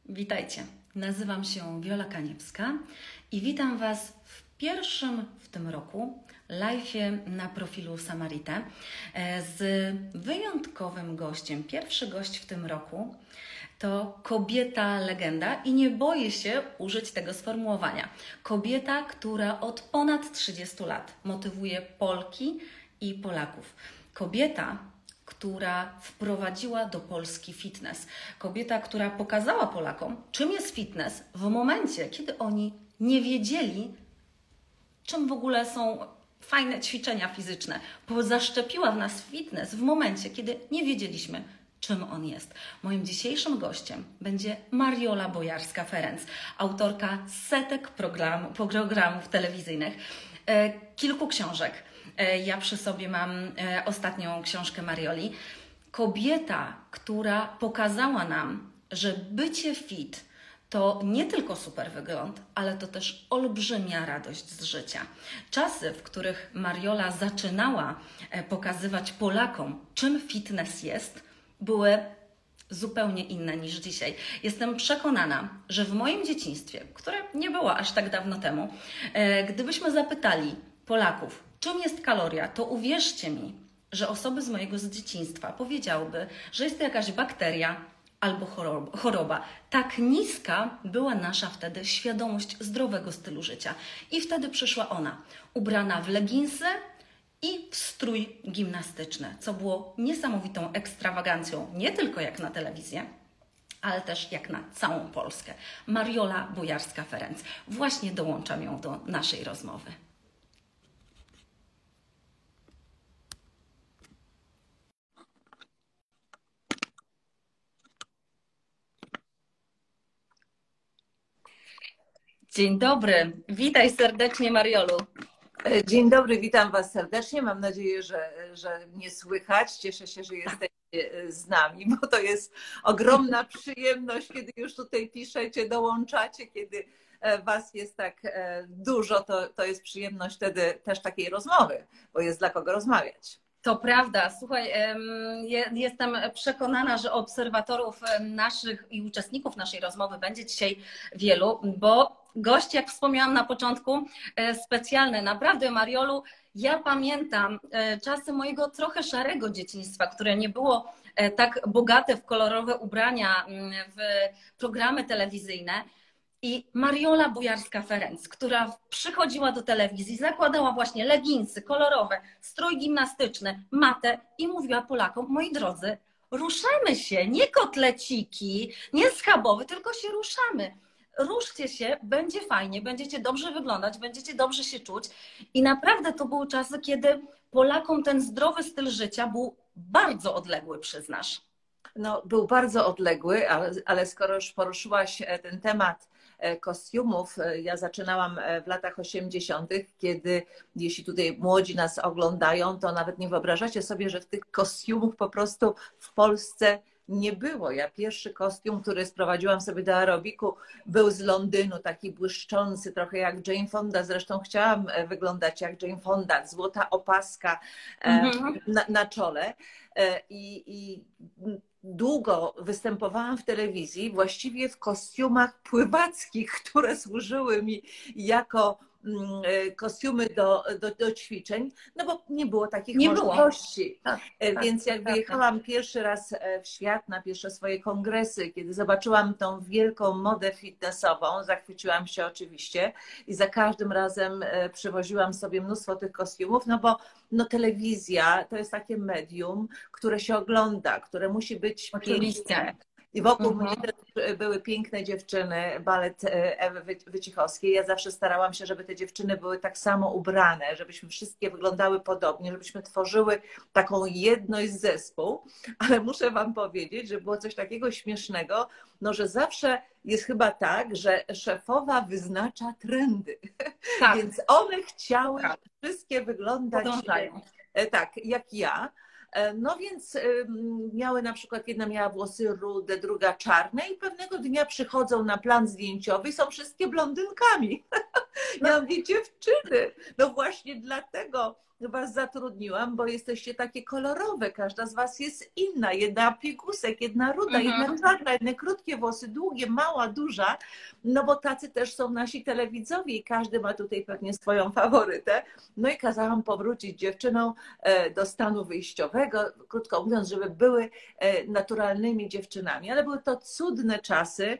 Witajcie, nazywam się Wiola Kaniewska i witam Was w pierwszym w tym roku live'ie na profilu Samaritę z wyjątkowym gościem. Pierwszy gość w tym roku to kobieta legenda i nie boję się użyć tego sformułowania. Kobieta, która od ponad 30 lat motywuje Polki i Polaków. Kobieta, która wprowadziła do Polski fitness. Kobieta, która pokazała Polakom, czym jest fitness w momencie, kiedy oni nie wiedzieli, czym w ogóle są fajne ćwiczenia fizyczne. Zaszczepiła w nas fitness w momencie, kiedy nie wiedzieliśmy, czym on jest. Moim dzisiejszym gościem będzie Mariola Bojarska-Ferenc, autorka setek programów telewizyjnych, kilku książek. Ja przy sobie mam ostatnią książkę Marioli. Kobieta, która pokazała nam, że bycie fit to nie tylko super wygląd, ale to też olbrzymia radość z życia. Czasy, w których Mariola zaczynała pokazywać Polakom, czym fitness jest, były zupełnie inne niż dzisiaj. Jestem przekonana, że w moim dzieciństwie, które nie było aż tak dawno temu, gdybyśmy zapytali Polaków, czym jest kaloria, to uwierzcie mi, że osoby z mojego dzieciństwa powiedziałyby, że jest to jakaś bakteria albo choroba. Tak niska była nasza wtedy świadomość zdrowego stylu życia. I wtedy przyszła ona, ubrana w leginsy i w strój gimnastyczny, co było niesamowitą ekstrawagancją, nie tylko jak na telewizję, ale też jak na całą Polskę. Mariola Bojarska-Ferenc. Właśnie dołączam ją do naszej rozmowy. Dzień dobry, witaj serdecznie Mariolu. Dzień dobry, witam Was serdecznie. Mam nadzieję, że mnie słychać. Cieszę się, że jesteście z nami, bo to jest ogromna przyjemność, kiedy już tutaj piszecie, dołączacie, kiedy Was jest tak dużo, to jest przyjemność wtedy też takiej rozmowy, bo jest dla kogo rozmawiać. To prawda. Słuchaj, jestem przekonana, że obserwatorów naszych i uczestników naszej rozmowy będzie dzisiaj wielu, bo gość, jak wspomniałam na początku, specjalny. Naprawdę, Mariolu, ja pamiętam czasy mojego trochę szarego dzieciństwa, które nie było tak bogate w kolorowe ubrania, w programy telewizyjne. I Mariola Bojarska-Ferenc, która przychodziła do telewizji, zakładała właśnie leginsy kolorowe, strój gimnastyczny, matę i mówiła Polakom, moi drodzy, ruszamy się, nie kotleciki, nie schabowy, tylko się ruszamy. Ruszcie się, będzie fajnie, będziecie dobrze wyglądać, będziecie dobrze się czuć. I naprawdę to były czasy, kiedy Polakom ten zdrowy styl życia był bardzo odległy, przyznasz. No, był bardzo odległy, ale skoro już poruszyłaś ten temat kostiumów, ja zaczynałam w latach 80., kiedy, jeśli tutaj młodzi nas oglądają, to nawet nie wyobrażacie sobie, że tych kostiumów po prostu w Polsce nie było. Ja pierwszy kostium, który sprowadziłam sobie do aerobiku, był z Londynu, taki błyszczący, trochę jak Jane Fonda. Zresztą chciałam wyglądać jak Jane Fonda, złota opaska na czole. I długo występowałam w telewizji, właściwie w kostiumach pływackich, które służyły mi jako kostiumy do ćwiczeń, no bo nie było takich możliwości. Tak, więc jak wyjechałam pierwszy raz w świat na pierwsze swoje kongresy, kiedy zobaczyłam tą wielką modę fitnessową, zachwyciłam się oczywiście i za każdym razem przywoziłam sobie mnóstwo tych kostiumów, no bo telewizja to jest takie medium, które się ogląda, które musi być piękne. I wokół mnie też były piękne dziewczyny, balet Ewy Wycichowskiej. Ja zawsze starałam się, żeby te dziewczyny były tak samo ubrane, żebyśmy wszystkie wyglądały podobnie, żebyśmy tworzyły taką jedność zespół. Ale muszę Wam powiedzieć, że było coś takiego śmiesznego, no, że zawsze jest chyba tak, że szefowa wyznacza trendy. Tak. Więc one chciały wszystkie wyglądać tak, jak ja. No więc miały na przykład, jedna miała włosy rude, druga czarne i pewnego dnia przychodzą na plan zdjęciowy i są wszystkie blondynkami. Ja mówię, dziewczyny, no właśnie dlatego was zatrudniłam, bo jesteście takie kolorowe. Każda z was jest inna. Jedna piekusek, jedna ruda, jedna czarna, jedne krótkie włosy, długie, mała, duża. No bo tacy też są nasi telewidzowie i każdy ma tutaj pewnie swoją faworytę. No i kazałam powrócić dziewczynom do stanu wyjściowego, krótko mówiąc, żeby były naturalnymi dziewczynami. Ale były to cudne czasy,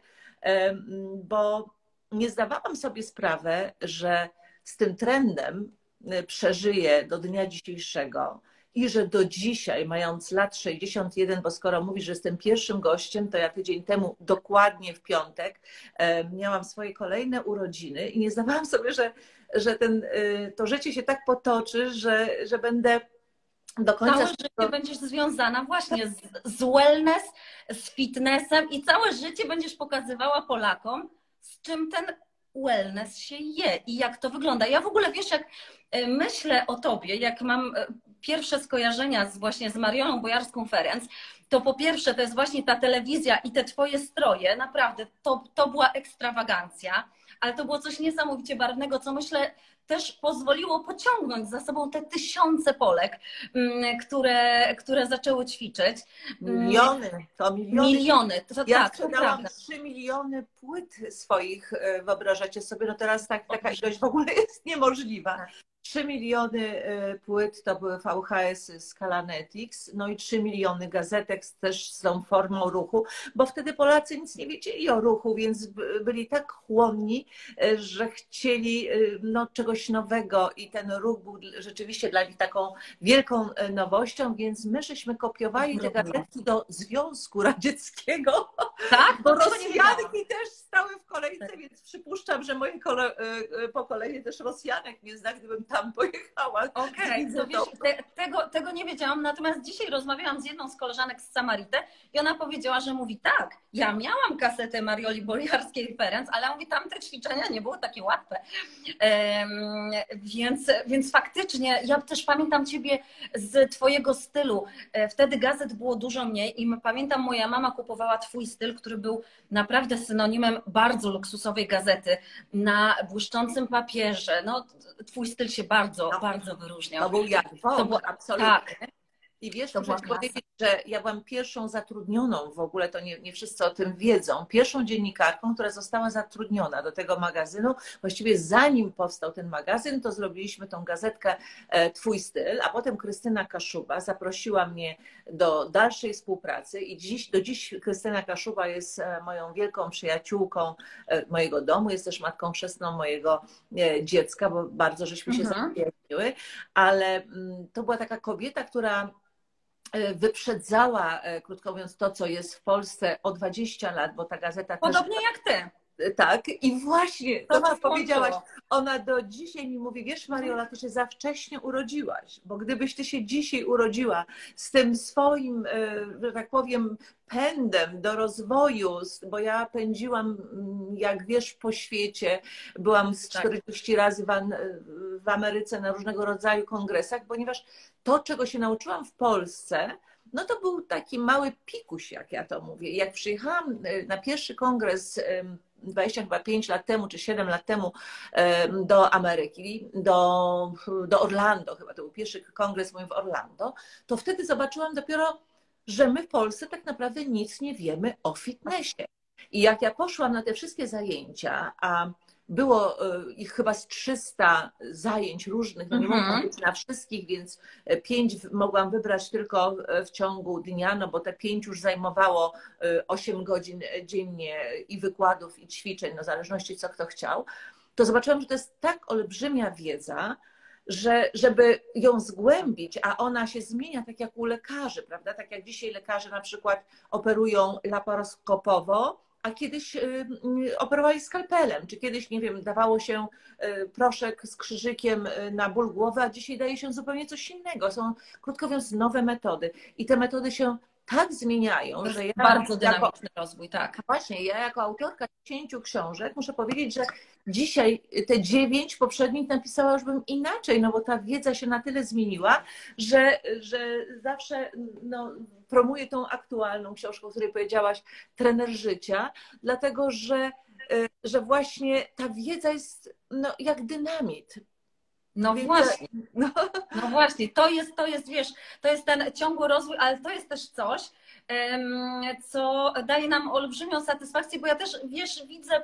bo nie zdawałam sobie sprawy, że z tym trendem przeżyję do dnia dzisiejszego i że do dzisiaj, mając lat 61, bo skoro mówisz, że jestem pierwszym gościem, to ja tydzień temu, dokładnie w piątek, miałam swoje kolejne urodziny i nie zdawałam sobie, że to życie się tak potoczy, że będę do końca... Całe życie będziesz związana właśnie z wellness, z fitnessem i całe życie będziesz pokazywała Polakom, z czym ten wellness się je i jak to wygląda. Ja w ogóle, wiesz, jak myślę o tobie, jak mam pierwsze skojarzenia właśnie z Mariolą Bojarską-Ferenc, to po pierwsze to jest właśnie ta telewizja i te twoje stroje, naprawdę to była ekstrawagancja, ale to było coś niesamowicie barwnego, co myślę też pozwoliło pociągnąć za sobą te tysiące Polek, które zaczęły ćwiczyć. Miliony, to miliony. Miliony, to Ja tak, to sprzedałam prawda. 3 miliony płyt swoich, wyobrażacie sobie, no teraz taka ilość w ogóle jest niemożliwa. 3 miliony płyt to były VHS z Calanetics, no i 3 miliony gazetek też z tą formą ruchu, bo wtedy Polacy nic nie wiedzieli o ruchu, więc byli tak chłonni, że chcieli no, czegoś nowego i ten ruch był rzeczywiście dla nich taką wielką nowością, więc my żeśmy kopiowali te gazetki do Związku Radzieckiego, Tak? bo Rosjanki też stały w kolejce, więc przypuszczam, że moje pokolenie też Rosjanek nie zna, gdybym tam pojechała. Okej, to wiesz, tego nie wiedziałam, natomiast dzisiaj rozmawiałam z jedną z koleżanek z Samarity i ona powiedziała, że mówi tak, ja miałam kasetę Marioli Bojarskiej-Ferenc, ale mówi, tamte ćwiczenia nie były takie łatwe. Więc faktycznie, ja też pamiętam ciebie z twojego stylu. Wtedy gazet było dużo mniej i pamiętam, moja mama kupowała twój styl, który był naprawdę synonimem bardzo luksusowej gazety na błyszczącym papierze. No, twój styl się bardzo wyróżniał. To był jak To było, absolutnie. tak. I wiesz, To muszę była ci powiedzieć, że ja byłam pierwszą zatrudnioną, w ogóle to nie wszyscy o tym wiedzą, pierwszą dziennikarką, która została zatrudniona do tego magazynu. Właściwie zanim powstał ten magazyn, to zrobiliśmy tą gazetkę Twój styl, a potem Krystyna Kaszuba zaprosiła mnie do dalszej współpracy i do dziś Krystyna Kaszuba jest moją wielką przyjaciółką mojego domu, jest też matką chrzestną mojego dziecka, bo bardzo żeśmy się zaprzyjaźniły, ale to była taka kobieta, która wyprzedzała, krótko mówiąc, to, co jest w Polsce o 20 lat, bo ta gazeta Podobnie też... jak ty. Tak, i właśnie To to, co was powiedziałaś, łączyło. ona do dzisiaj mi mówi, wiesz Mariola, ty się za wcześnie urodziłaś, bo gdybyś ty się dzisiaj urodziła z tym swoim, że tak powiem, pędem do rozwoju, bo ja pędziłam, jak wiesz, po świecie, byłam z 40 razy w Ameryce na różnego rodzaju kongresach, ponieważ to, czego się nauczyłam w Polsce, no to był taki mały pikuś, jak ja to mówię. Jak przyjechałam na pierwszy kongres 25 lat temu, czy 7 lat temu do Ameryki, do Orlando, chyba to był pierwszy kongres mój w Orlando, to wtedy zobaczyłam dopiero, że my w Polsce tak naprawdę nic nie wiemy o fitnessie. I jak ja poszłam na te wszystkie zajęcia, a było ich chyba z 300 zajęć różnych, no nie mogłam być na wszystkich, więc 5 mogłam wybrać tylko w ciągu dnia, no bo te 5 już zajmowało 8 godzin dziennie i wykładów, i ćwiczeń, no w zależności co kto chciał, to zobaczyłam, że to jest tak olbrzymia wiedza, że żeby ją zgłębić, a ona się zmienia tak jak u lekarzy, prawda? Tak jak dzisiaj lekarze na przykład operują laparoskopowo, a kiedyś operowali skalpelem, czy kiedyś, nie wiem, dawało się proszek z krzyżykiem na ból głowy, a dzisiaj daje się zupełnie coś innego. Są, krótko mówiąc, nowe metody. I te metody się tak zmieniają, że ja bardzo dynamiczny rozwój, tak. Właśnie, ja jako autorka 10 książek muszę powiedzieć, że dzisiaj te 9 poprzednich napisała już bym inaczej, no bo ta wiedza się na tyle zmieniła, że zawsze no, promuję tą aktualną książkę, o której powiedziałaś, Trener życia, dlatego że że właśnie ta wiedza jest no, jak dynamit. No Wiedza, właśnie. no, No właśnie, to jest, wiesz, to jest ten ciągły rozwój, ale to jest też coś, co daje nam olbrzymią satysfakcję, bo ja też, wiesz, widzę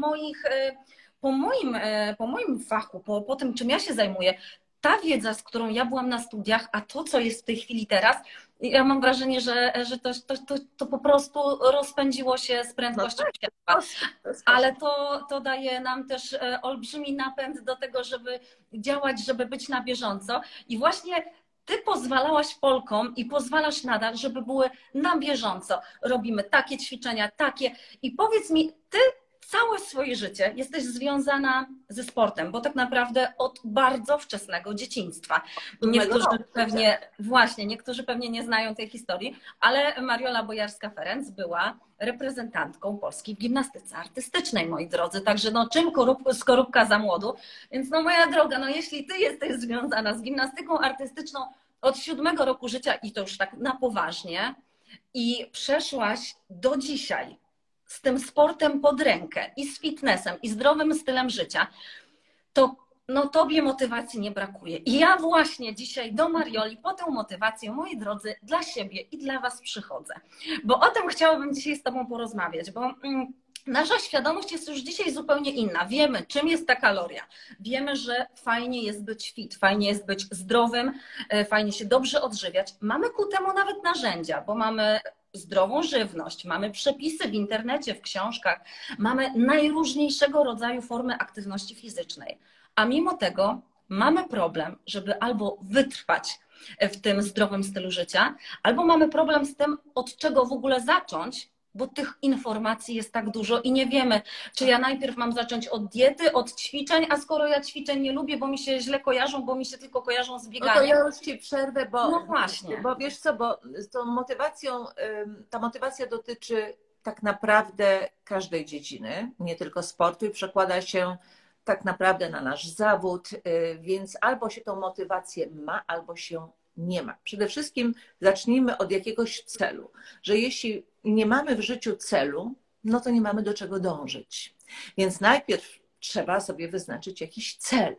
po moim fachu, po tym, czym ja się zajmuję, ta wiedza, z którą ja byłam na studiach, a to, co jest w tej chwili teraz, ja mam wrażenie, że to po prostu rozpędziło się z no prędkością tak, światła. to jest Ale to daje nam też olbrzymi napęd do tego, żeby działać, żeby być na bieżąco. I właśnie ty pozwalałaś Polkom i pozwalasz nadal, żeby były na bieżąco. Robimy takie ćwiczenia, takie. I powiedz mi, ty całe swoje życie jesteś związana ze sportem, bo tak naprawdę od bardzo wczesnego dzieciństwa. Niektórzy pewnie, właśnie, niektórzy pewnie nie znają tej historii, ale Mariola Bojarska-Ferenc była reprezentantką Polski w gimnastyce artystycznej, moi drodzy. Także no, czym skorupka za młodu? Więc no moja droga, no jeśli ty jesteś związana z gimnastyką artystyczną od 7 roku życia i to już tak na poważnie i przeszłaś do dzisiaj z tym sportem pod rękę i z fitnessem i zdrowym stylem życia, to no tobie motywacji nie brakuje. I ja właśnie dzisiaj do Marioli po tę motywację, moi drodzy, dla siebie i dla was przychodzę. Bo o tym chciałabym dzisiaj z tobą porozmawiać, bo nasza świadomość jest już dzisiaj zupełnie inna. Wiemy, czym jest ta kaloria. Wiemy, że fajnie jest być fit, fajnie jest być zdrowym, fajnie się dobrze odżywiać. Mamy ku temu nawet narzędzia, bo mamy zdrową żywność, mamy przepisy w internecie, w książkach, mamy najróżniejszego rodzaju formy aktywności fizycznej. A mimo tego mamy problem, żeby albo wytrwać w tym zdrowym stylu życia, albo mamy problem z tym, od czego w ogóle zacząć, bo tych informacji jest tak dużo i nie wiemy, czy ja najpierw mam zacząć od diety, od ćwiczeń, a skoro ja ćwiczeń nie lubię, bo mi się źle kojarzą, bo mi się tylko kojarzą z bieganiem. No to ja już ci przerwę, No właśnie. bo wiesz co, bo z tą motywacją, ta motywacja dotyczy tak naprawdę każdej dziedziny, nie tylko sportu i przekłada się tak naprawdę na nasz zawód, więc albo się tą motywację ma, albo się nie ma. Przede wszystkim zacznijmy od jakiegoś celu, że jeśli nie mamy w życiu celu, no to nie mamy do czego dążyć. Więc najpierw trzeba sobie wyznaczyć jakiś cel.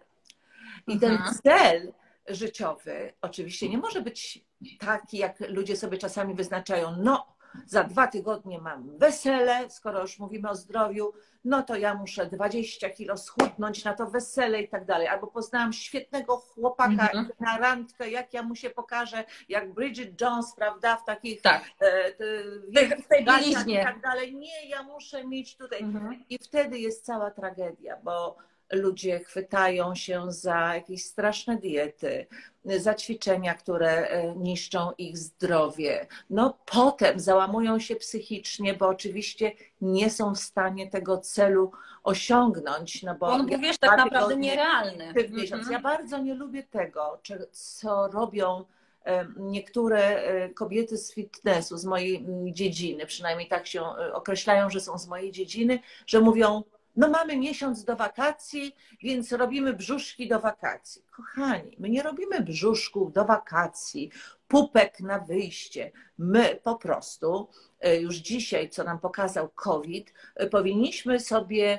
I ten cel życiowy oczywiście nie może być taki, jak ludzie sobie czasami wyznaczają, no za 2 tygodnie mam wesele, skoro już mówimy o zdrowiu, no to ja muszę 20 kilo schudnąć na to wesele i tak dalej. Albo poznałam świetnego chłopaka na randkę, jak ja mu się pokażę, jak Bridget Jones, prawda, w takich tak. w tej bieliźnie i tak dalej. Nie, ja muszę mieć tutaj. I wtedy jest cała tragedia, bo ludzie chwytają się za jakieś straszne diety, za ćwiczenia, które niszczą ich zdrowie. No potem załamują się psychicznie, bo oczywiście nie są w stanie tego celu osiągnąć. No bo on był, wiesz, tak naprawdę nierealny. Ja bardzo nie lubię tego, co robią niektóre kobiety z fitnessu, z mojej dziedziny, przynajmniej tak się określają, że są z mojej dziedziny, że mówią, no mamy miesiąc do wakacji, więc robimy brzuszki do wakacji. Kochani, my nie robimy brzuszków do wakacji, pupek na wyjście. My po prostu już dzisiaj, co nam pokazał COVID, powinniśmy sobie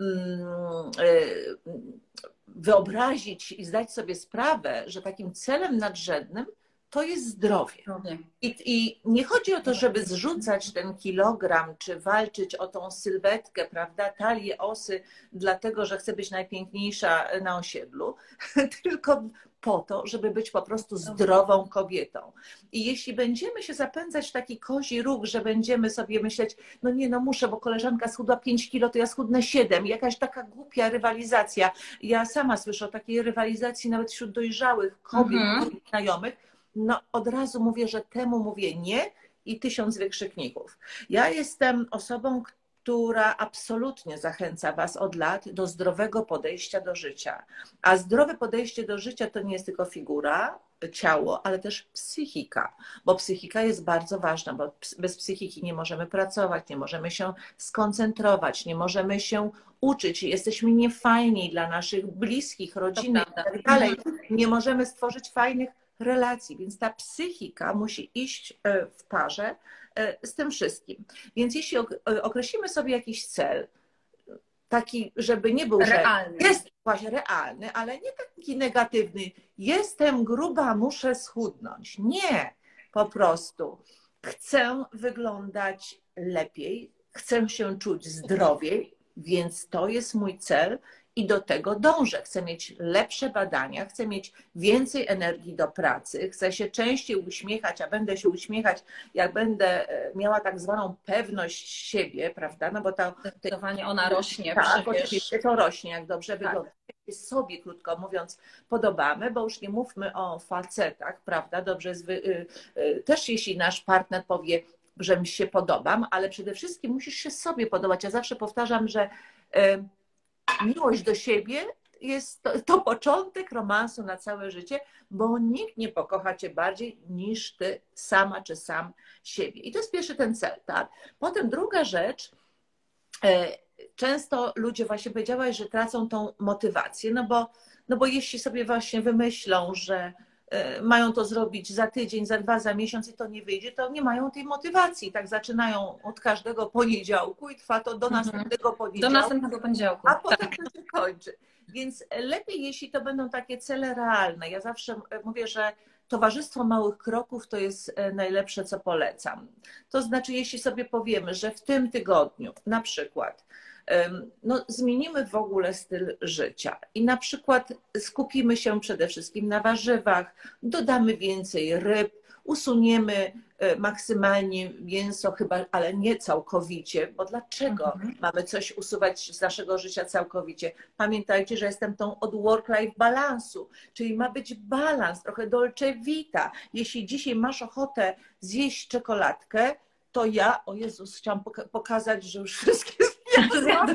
wyobrazić i zdać sobie sprawę, że takim celem nadrzędnym to jest zdrowie. I nie chodzi o to, żeby zrzucać ten kilogram, czy walczyć o tą sylwetkę, prawda, talię, osy, dlatego, że chcę być najpiękniejsza na osiedlu, tylko po to, żeby być po prostu zdrową kobietą. I jeśli będziemy się zapędzać w taki kozi róg, że będziemy sobie myśleć, no nie, no muszę, bo koleżanka schudła 5 kilo, to ja schudnę 7. Jakaś taka głupia rywalizacja. Ja sama słyszę o takiej rywalizacji nawet wśród dojrzałych kobiet, moich znajomych. No od razu mówię, że temu mówię nie i 1000 wykrzykników. Ja jestem osobą, która absolutnie zachęca Was od lat do zdrowego podejścia do życia. A zdrowe podejście do życia to nie jest tylko figura, ciało, ale też psychika, bo psychika jest bardzo ważna, bo bez psychiki nie możemy pracować, nie możemy się skoncentrować, nie możemy się uczyć, jesteśmy niefajni dla naszych bliskich, rodziny i tak dalej. Nie możemy stworzyć fajnych relacji, więc ta psychika musi iść w parze z tym wszystkim. Więc jeśli określimy sobie jakiś cel, taki, żeby nie był, Realny. że jest właśnie realny, ale nie taki negatywny. Jestem gruba, muszę schudnąć. Nie, po prostu chcę wyglądać lepiej, chcę się czuć zdrowiej, więc to jest mój cel i do tego dążę. Chcę mieć lepsze badania, chcę mieć więcej energii do pracy, chcę się częściej uśmiechać, a będę się uśmiechać, jak będę miała tak zwaną pewność siebie, prawda? No bo ta Zdecydowanie ona rośnie. tak, Przecież. oczywiście to rośnie, jak dobrze Tak. wygląda. Sobie, krótko mówiąc, podobamy, bo już nie mówmy o facetach, prawda? Dobrze jest, też jeśli nasz partner powie, że mi się podobam, ale przede wszystkim musisz się sobie podobać. Ja zawsze powtarzam, że miłość do siebie jest to początek romansu na całe życie, bo nikt nie pokocha cię bardziej niż ty sama czy sam siebie. I to jest pierwszy ten cel, tak? Potem druga rzecz, często ludzie, właśnie powiedziałaś, że tracą tą motywację, no bo jeśli sobie właśnie wymyślą, że mają to zrobić za tydzień, za 2, za miesiąc i to nie wyjdzie, to nie mają tej motywacji. Tak zaczynają od każdego poniedziałku i trwa to do następnego poniedziałku. Do następnego poniedziałku. A potem to się kończy. Więc lepiej, jeśli to będą takie cele realne. Ja zawsze mówię, że towarzystwo małych kroków to jest najlepsze, co polecam. To znaczy, jeśli sobie powiemy, że w tym tygodniu na przykład no, zmienimy w ogóle styl życia i na przykład skupimy się przede wszystkim na warzywach, dodamy więcej ryb, usuniemy maksymalnie mięso chyba, ale nie całkowicie, bo dlaczego mamy coś usuwać z naszego życia całkowicie? Pamiętajcie, że jestem tą od work-life balansu, czyli ma być balans, trochę dolce vita. Jeśli dzisiaj masz ochotę zjeść czekoladkę, to ja, o Jezus, chciałam pokazać, że już wszystkie zjadłam.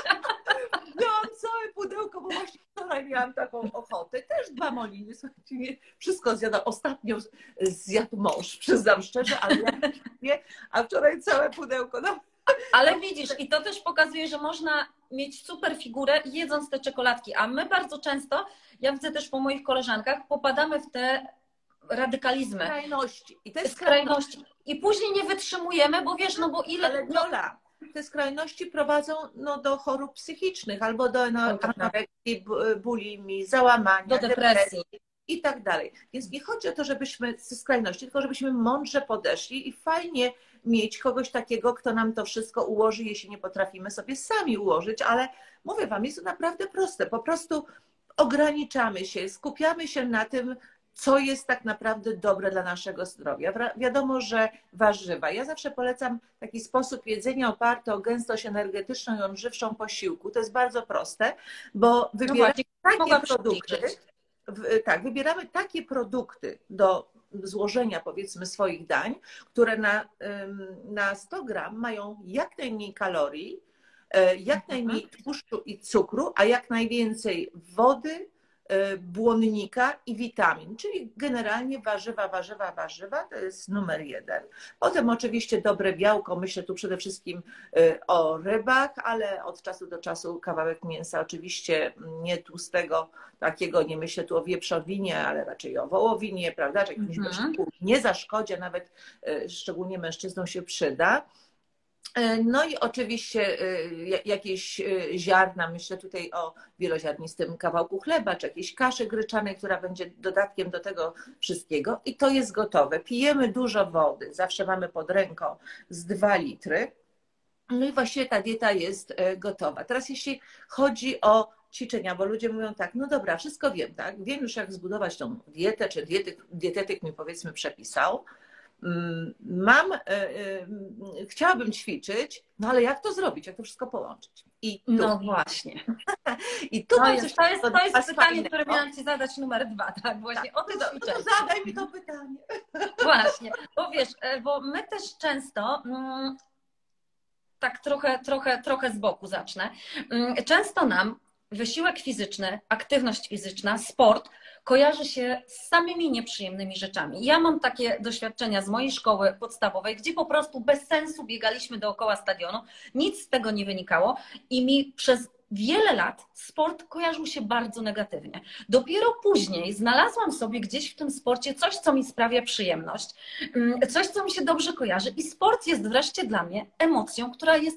Miałam całe pudełko, bo właśnie wczoraj miałam taką ochotę. Też 2 maliny, słuchajcie, nie, wszystko zjadłam. Ostatnio zjadł mąż, przyznam szczerze, ale ja nie, a wczoraj całe pudełko. No. Ale widzisz, i to też pokazuje, że można mieć super figurę jedząc te czekoladki, a my bardzo często, ja widzę też po moich koleżankach, popadamy w te radykalizmy. Skrajności. I te skrajności. I później nie wytrzymujemy, bo wiesz, no bo ile... Ale Viola, te skrajności prowadzą no, do chorób psychicznych albo do anoreksji, bulimii, załamania, do depresji i tak dalej. Więc nie chodzi o to, żebyśmy ze skrajności, tylko żebyśmy mądrze podeszli i fajnie mieć kogoś takiego, kto nam to wszystko ułoży, jeśli nie potrafimy sobie sami ułożyć, ale mówię wam, jest to naprawdę proste. Po prostu ograniczamy się, skupiamy się na tym, co jest tak naprawdę dobre dla naszego zdrowia. Wiadomo, że warzywa. Ja zawsze polecam taki sposób jedzenia oparty o gęstość energetyczną i odżywczą posiłku. To jest bardzo proste, bo wybieramy takie produkty. Tak, wybieramy takie produkty do złożenia, powiedzmy, swoich dań, które na 100 gram mają jak najmniej kalorii, jak najmniej tłuszczu i cukru, a jak najwięcej wody, błonnika i witamin, czyli generalnie warzywa to jest numer 1. Potem oczywiście dobre białko, myślę tu przede wszystkim o rybach, ale od czasu do czasu kawałek mięsa, oczywiście nie tłustego takiego, nie myślę tu o wieprzowinie, ale raczej o wołowinie, prawda, czy jakimś nie zaszkodzi, a nawet szczególnie mężczyznom się przyda. No i oczywiście jakieś ziarna, myślę tutaj o wieloziarnistym kawałku chleba, czy jakiejś kaszy gryczanej, która będzie dodatkiem do tego wszystkiego i to jest gotowe. Pijemy dużo wody, zawsze mamy pod ręką z 2 litry. No i właściwie ta dieta jest gotowa. Teraz jeśli chodzi o ćwiczenia, bo ludzie mówią tak, no dobra, wszystko wiem, tak? Wiem już jak zbudować tą dietę, czy dietetyk mi powiedzmy przepisał. Chciałabym ćwiczyć, no ale jak to zrobić, jak to wszystko połączyć? I tu, no właśnie. I tu to jest pytanie, które miałam Ci zadać numer 2, tak? Właśnie tak, o tym ćwiczeniu. To zadaj mi to pytanie. Właśnie, bo wiesz, bo my też często, tak trochę z boku zacznę, często nam wysiłek fizyczny, aktywność fizyczna, sport kojarzy się z samymi nieprzyjemnymi rzeczami. Ja mam takie doświadczenia z mojej szkoły podstawowej, gdzie po prostu bez sensu biegaliśmy dookoła stadionu, nic z tego nie wynikało i mi przez wiele lat sport kojarzył się bardzo negatywnie. Dopiero później znalazłam sobie gdzieś w tym sporcie coś, co mi sprawia przyjemność, coś, co mi się dobrze kojarzy i sport jest wreszcie dla mnie emocją, która jest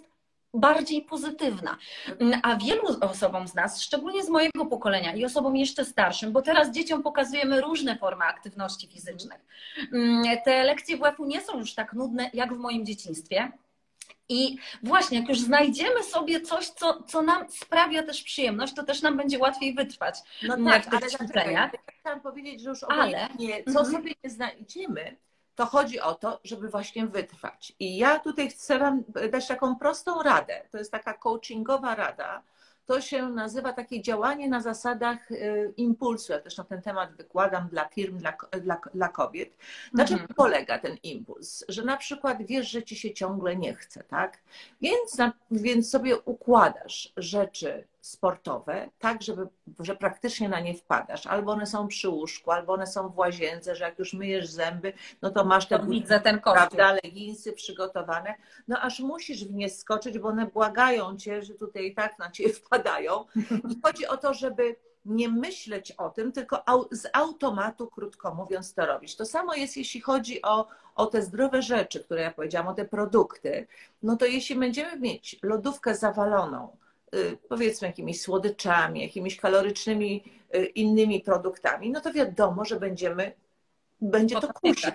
bardziej pozytywna. A wielu osobom z nas, szczególnie z mojego pokolenia i osobom jeszcze starszym, bo teraz dzieciom pokazujemy różne formy aktywności fizycznych. Te lekcje WF-u nie są już tak nudne jak w moim dzieciństwie. I właśnie, jak już znajdziemy sobie coś, co nam sprawia też przyjemność, to też nam będzie łatwiej wytrwać No tak, w tych ale ćwiczeniach. chciałam powiedzieć, że już Ale obojętnie, co sobie nie znajdziemy, to chodzi o to, żeby właśnie wytrwać. I ja tutaj chcę Wam dać taką prostą radę. To jest taka coachingowa rada. To się nazywa takie działanie na zasadach impulsu. Ja też na ten temat wykładam dla firm, dla kobiet. Na czym polega ten impuls? Że na przykład wiesz, że ci się ciągle nie chce, tak? Więc sobie układasz rzeczy sportowe, tak, że praktycznie na nie wpadasz. Albo one są przy łóżku, albo one są w łazience, że jak już myjesz zęby, no to masz te widzę ten prawda, leginsy przygotowane, no aż musisz w nie skoczyć, bo one błagają cię, że tutaj i tak na ciebie wpadają. I chodzi o to, żeby nie myśleć o tym, tylko z automatu, krótko mówiąc, to robić. To samo jest, jeśli chodzi o te zdrowe rzeczy, które ja powiedziałam, o te produkty, no to jeśli będziemy mieć lodówkę zawaloną, powiedzmy jakimiś słodyczami, jakimiś kalorycznymi innymi produktami, no to wiadomo, że będzie to kusić.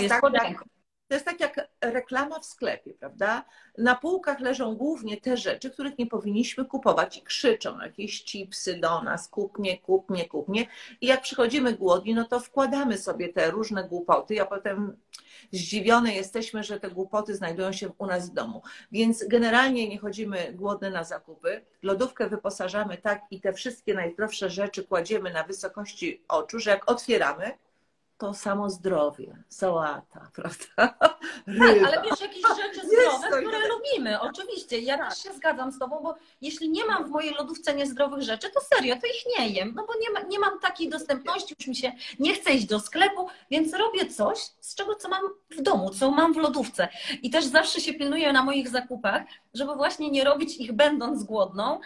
To jest tak jak reklama w sklepie, prawda? Na półkach leżą głównie te rzeczy, których nie powinniśmy kupować i krzyczą jakieś chipsy do nas, kup mnie, kup mnie, kup mnie. I jak przychodzimy głodni, no to wkładamy sobie te różne głupoty, a potem zdziwione jesteśmy, że te głupoty znajdują się u nas w domu. Więc generalnie nie chodzimy głodne na zakupy. Lodówkę wyposażamy tak i te wszystkie najzdrowsze rzeczy kładziemy na wysokości oczu, że jak otwieramy, to samo zdrowie, sałata, prawda? Tak, ale wiesz, jakieś rzeczy zdrowe, które lubimy, oczywiście. Ja też się zgadzam z Tobą, bo jeśli nie mam w mojej lodówce niezdrowych rzeczy, to serio, to ich nie jem, no bo nie mam takiej dostępności, już mi się nie chce iść do sklepu, więc robię coś, z czego co mam w domu, co mam w lodówce. I też zawsze się pilnuję na moich zakupach, żeby właśnie nie robić ich będąc głodną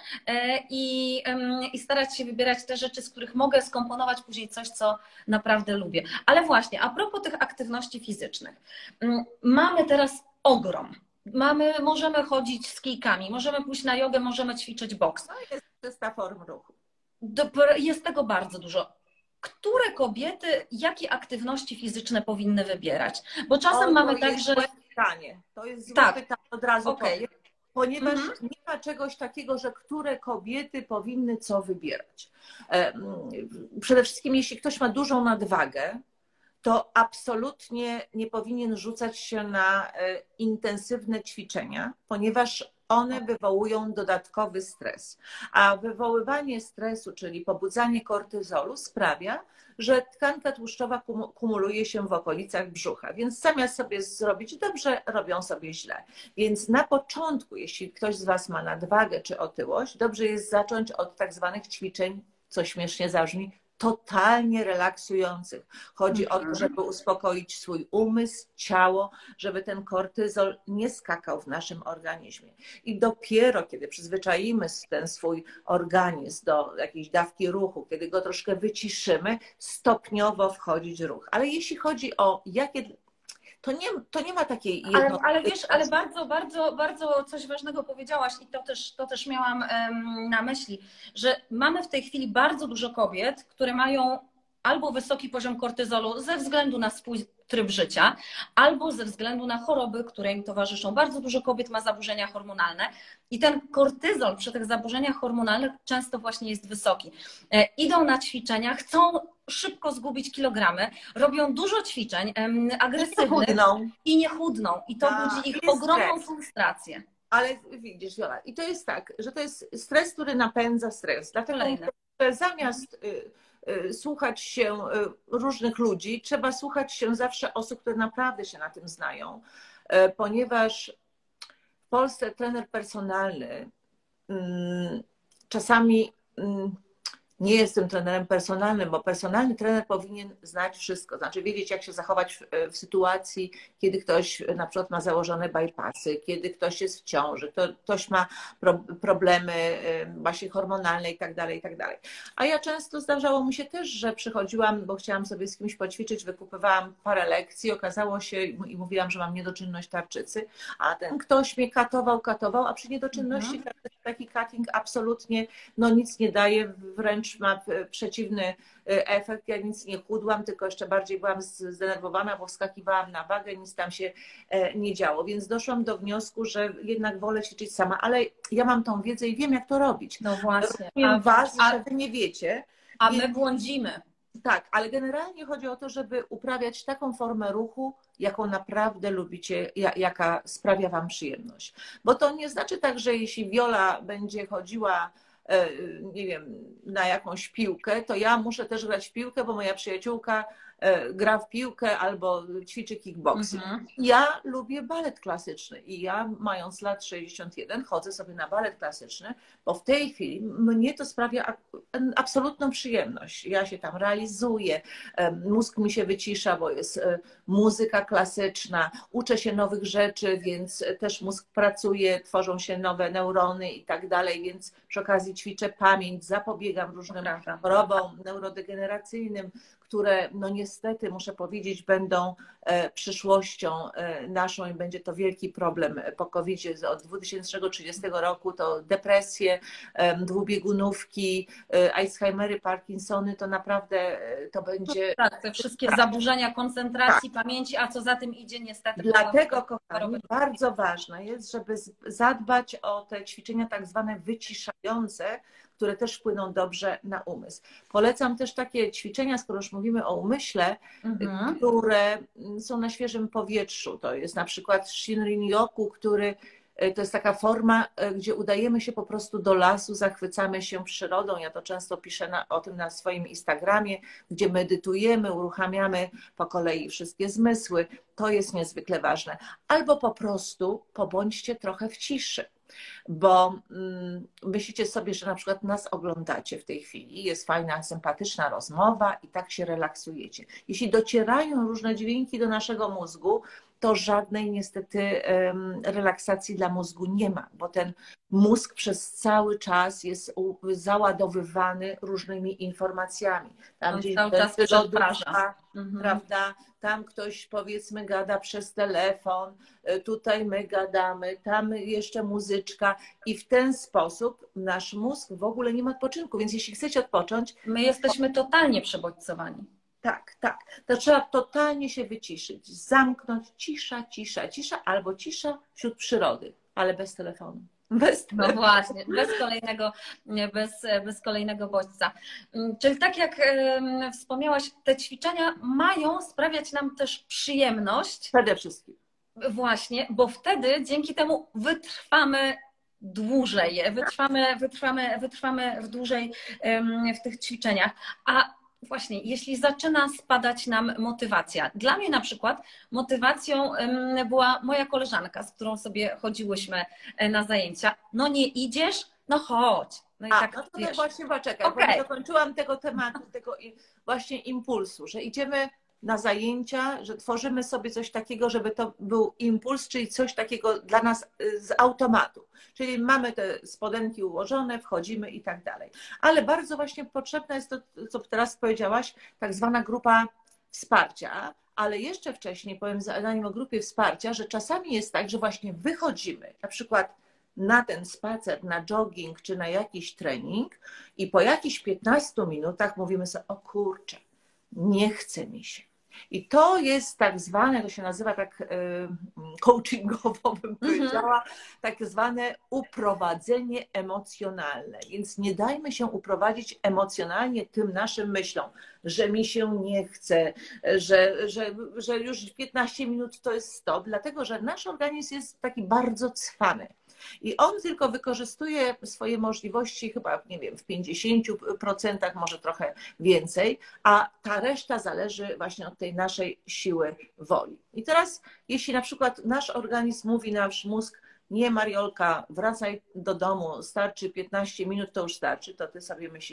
i starać się wybierać te rzeczy, z których mogę skomponować później coś, co naprawdę lubię. Ale właśnie, a propos tych aktywności fizycznych. Mamy teraz ogrom. Możemy chodzić z kijkami, możemy pójść na jogę, możemy ćwiczyć boks. To jest czysta forma ruchu. Jest tego bardzo dużo. Które kobiety, jakie aktywności fizyczne powinny wybierać? Bo czasem mamy tak, że... To jest złe pytanie od razu powiem, ponieważ nie ma czegoś takiego, że które kobiety powinny co wybierać. Przede wszystkim, jeśli ktoś ma dużą nadwagę, to absolutnie nie powinien rzucać się na intensywne ćwiczenia, ponieważ one wywołują dodatkowy stres. A wywoływanie stresu, czyli pobudzanie kortyzolu, sprawia, że tkanka tłuszczowa kumuluje się w okolicach brzucha. Więc zamiast sobie zrobić dobrze, robią sobie źle. Więc na początku, jeśli ktoś z Was ma nadwagę czy otyłość, dobrze jest zacząć od tak zwanych ćwiczeń, co śmiesznie zabrzmi, totalnie relaksujących. Chodzi o to, żeby uspokoić swój umysł, ciało, żeby ten kortyzol nie skakał w naszym organizmie. I dopiero kiedy przyzwyczaimy ten swój organizm do jakiejś dawki ruchu, kiedy go troszkę wyciszymy, stopniowo wchodzić ruch. Ale jeśli chodzi o jakie... To nie ma takiej jednostki. Ale wiesz, ale bardzo, bardzo, bardzo coś ważnego powiedziałaś i to też miałam na myśli, że mamy w tej chwili bardzo dużo kobiet, które mają albo wysoki poziom kortyzolu ze względu na swój tryb życia, albo ze względu na choroby, które im towarzyszą. Bardzo dużo kobiet ma zaburzenia hormonalne i ten kortyzol przy tych zaburzeniach hormonalnych często właśnie jest wysoki. Idą na ćwiczenia, chcą szybko zgubić kilogramy, robią dużo ćwiczeń agresywnych i nie chudną. I to budzi ich ogromną frustrację. Ale widzisz, Jola, i to jest tak, że to jest stres, który napędza stres. Dlatego, że zamiast słuchać się różnych ludzi, trzeba słuchać się zawsze osób, które naprawdę się na tym znają, ponieważ w Polsce trener personalny czasami Nie jestem trenerem personalnym, bo personalny trener powinien znać wszystko, znaczy wiedzieć, jak się zachować w sytuacji, kiedy ktoś na przykład ma założone bypassy, kiedy ktoś jest w ciąży, ktoś ma problemy właśnie hormonalne i tak dalej, i tak dalej. A ja często zdarzało mi się też, że przychodziłam, bo chciałam sobie z kimś poćwiczyć, wykupywałam parę lekcji, okazało się i mówiłam, że mam niedoczynność tarczycy, a ten ktoś mnie katował, a przy niedoczynności taki cutting absolutnie no nic nie daje, wręcz ma przeciwny efekt. Ja nic nie chudłam, tylko jeszcze bardziej byłam zdenerwowana, bo wskakiwałam na wagę, nic tam się nie działo. Więc doszłam do wniosku, że jednak wolę ćwiczyć sama, ale ja mam tą wiedzę i wiem, jak to robić. No właśnie. Rozumiem was, że wy nie wiecie. A my błądzimy. Tak, ale generalnie chodzi o to, żeby uprawiać taką formę ruchu, jaką naprawdę lubicie, jaka sprawia wam przyjemność. Bo to nie znaczy tak, że jeśli Wiola będzie chodziła, nie wiem, na jakąś piłkę, to ja muszę też grać w piłkę, bo moja przyjaciółka gra w piłkę albo ćwiczy kickboxing. Ja lubię balet klasyczny i ja, mając lat 61, chodzę sobie na balet klasyczny, bo w tej chwili mnie to sprawia absolutną przyjemność. Ja się tam realizuję, mózg mi się wycisza, bo jest muzyka klasyczna, uczę się nowych rzeczy, więc też mózg pracuje, tworzą się nowe neurony i tak dalej, więc przy okazji ćwiczę pamięć, zapobiegam różnym chorobom neurodegeneracyjnym, które no niestety, muszę powiedzieć, będą przyszłością naszą i będzie to wielki problem po COVID-zie. Od 2030 roku to depresje, dwubiegunówki, Alzheimery, Parkinsony, to naprawdę to będzie... Tak, te wszystkie zaburzenia koncentracji, pamięci, a co za tym idzie niestety... Dlatego, kochani, bardzo ważne jest, żeby zadbać o te ćwiczenia tak zwane wyciszające, które też wpłyną dobrze na umysł. Polecam też takie ćwiczenia, skoro już mówimy o umyśle, które są na świeżym powietrzu. To jest na przykład Shinrin-yoku, który to jest taka forma, gdzie udajemy się po prostu do lasu, zachwycamy się przyrodą. Ja to często piszę o tym na swoim Instagramie, gdzie medytujemy, uruchamiamy po kolei wszystkie zmysły. To jest niezwykle ważne. Albo po prostu pobądźcie trochę w ciszy. Bo myślicie sobie, że na przykład nas oglądacie w tej chwili, jest fajna, sympatyczna rozmowa i tak się relaksujecie. Jeśli docierają różne dźwięki do naszego mózgu, to żadnej niestety relaksacji dla mózgu nie ma, bo ten mózg przez cały czas jest załadowywany różnymi informacjami. Tam gdzieś cały czas przetwarza. Prawda? Tam ktoś powiedzmy gada przez telefon, tutaj my gadamy, tam jeszcze muzyczka i w ten sposób nasz mózg w ogóle nie ma odpoczynku, więc jeśli chcecie odpocząć... My jesteśmy totalnie przebodźcowani. Tak, tak. To trzeba totalnie się wyciszyć, zamknąć, cisza, albo cisza wśród przyrody, ale bez telefonu. No właśnie, bez kolejnego bodźca. Czyli tak jak wspomniałaś, te ćwiczenia mają sprawiać nam też przyjemność. Przede wszystkim. Właśnie, bo wtedy dzięki temu wytrwamy dłużej, wytrwamy dłużej w tych ćwiczeniach. A właśnie, jeśli zaczyna spadać nam motywacja. Dla mnie na przykład motywacją była moja koleżanka, z którą sobie chodziłyśmy na zajęcia. No nie idziesz? No chodź. No i tak, no to tak właśnie poczekaj, bo nie dokończyłam tego tematu, tego właśnie impulsu, że idziemy na zajęcia, że tworzymy sobie coś takiego, żeby to był impuls, czyli coś takiego dla nas z automatu. Czyli mamy te spodenki ułożone, wchodzimy i tak dalej. Ale bardzo właśnie potrzebna jest to, co teraz powiedziałaś, tak zwana grupa wsparcia, ale jeszcze wcześniej powiem zanim o grupie wsparcia, że czasami jest tak, że właśnie wychodzimy, na przykład na ten spacer, na jogging czy na jakiś trening i po jakichś 15 minutach mówimy sobie, o kurczę, nie chce mi się. I to jest tak zwane, to się nazywa tak coachingowo bym powiedziała, tak zwane uprowadzenie emocjonalne. Więc nie dajmy się uprowadzić emocjonalnie tym naszym myślom, że mi się nie chce, że już 15 minut to jest stop, dlatego że nasz organizm jest taki bardzo cwany. I on tylko wykorzystuje swoje możliwości chyba, nie wiem, w 50%, może trochę więcej, a ta reszta zależy właśnie od tej naszej siły woli. I teraz, jeśli na przykład nasz organizm mówi, nasz mózg, nie Mariolka, wracaj do domu, starczy 15 minut, to już starczy, to ty sobie myślisz,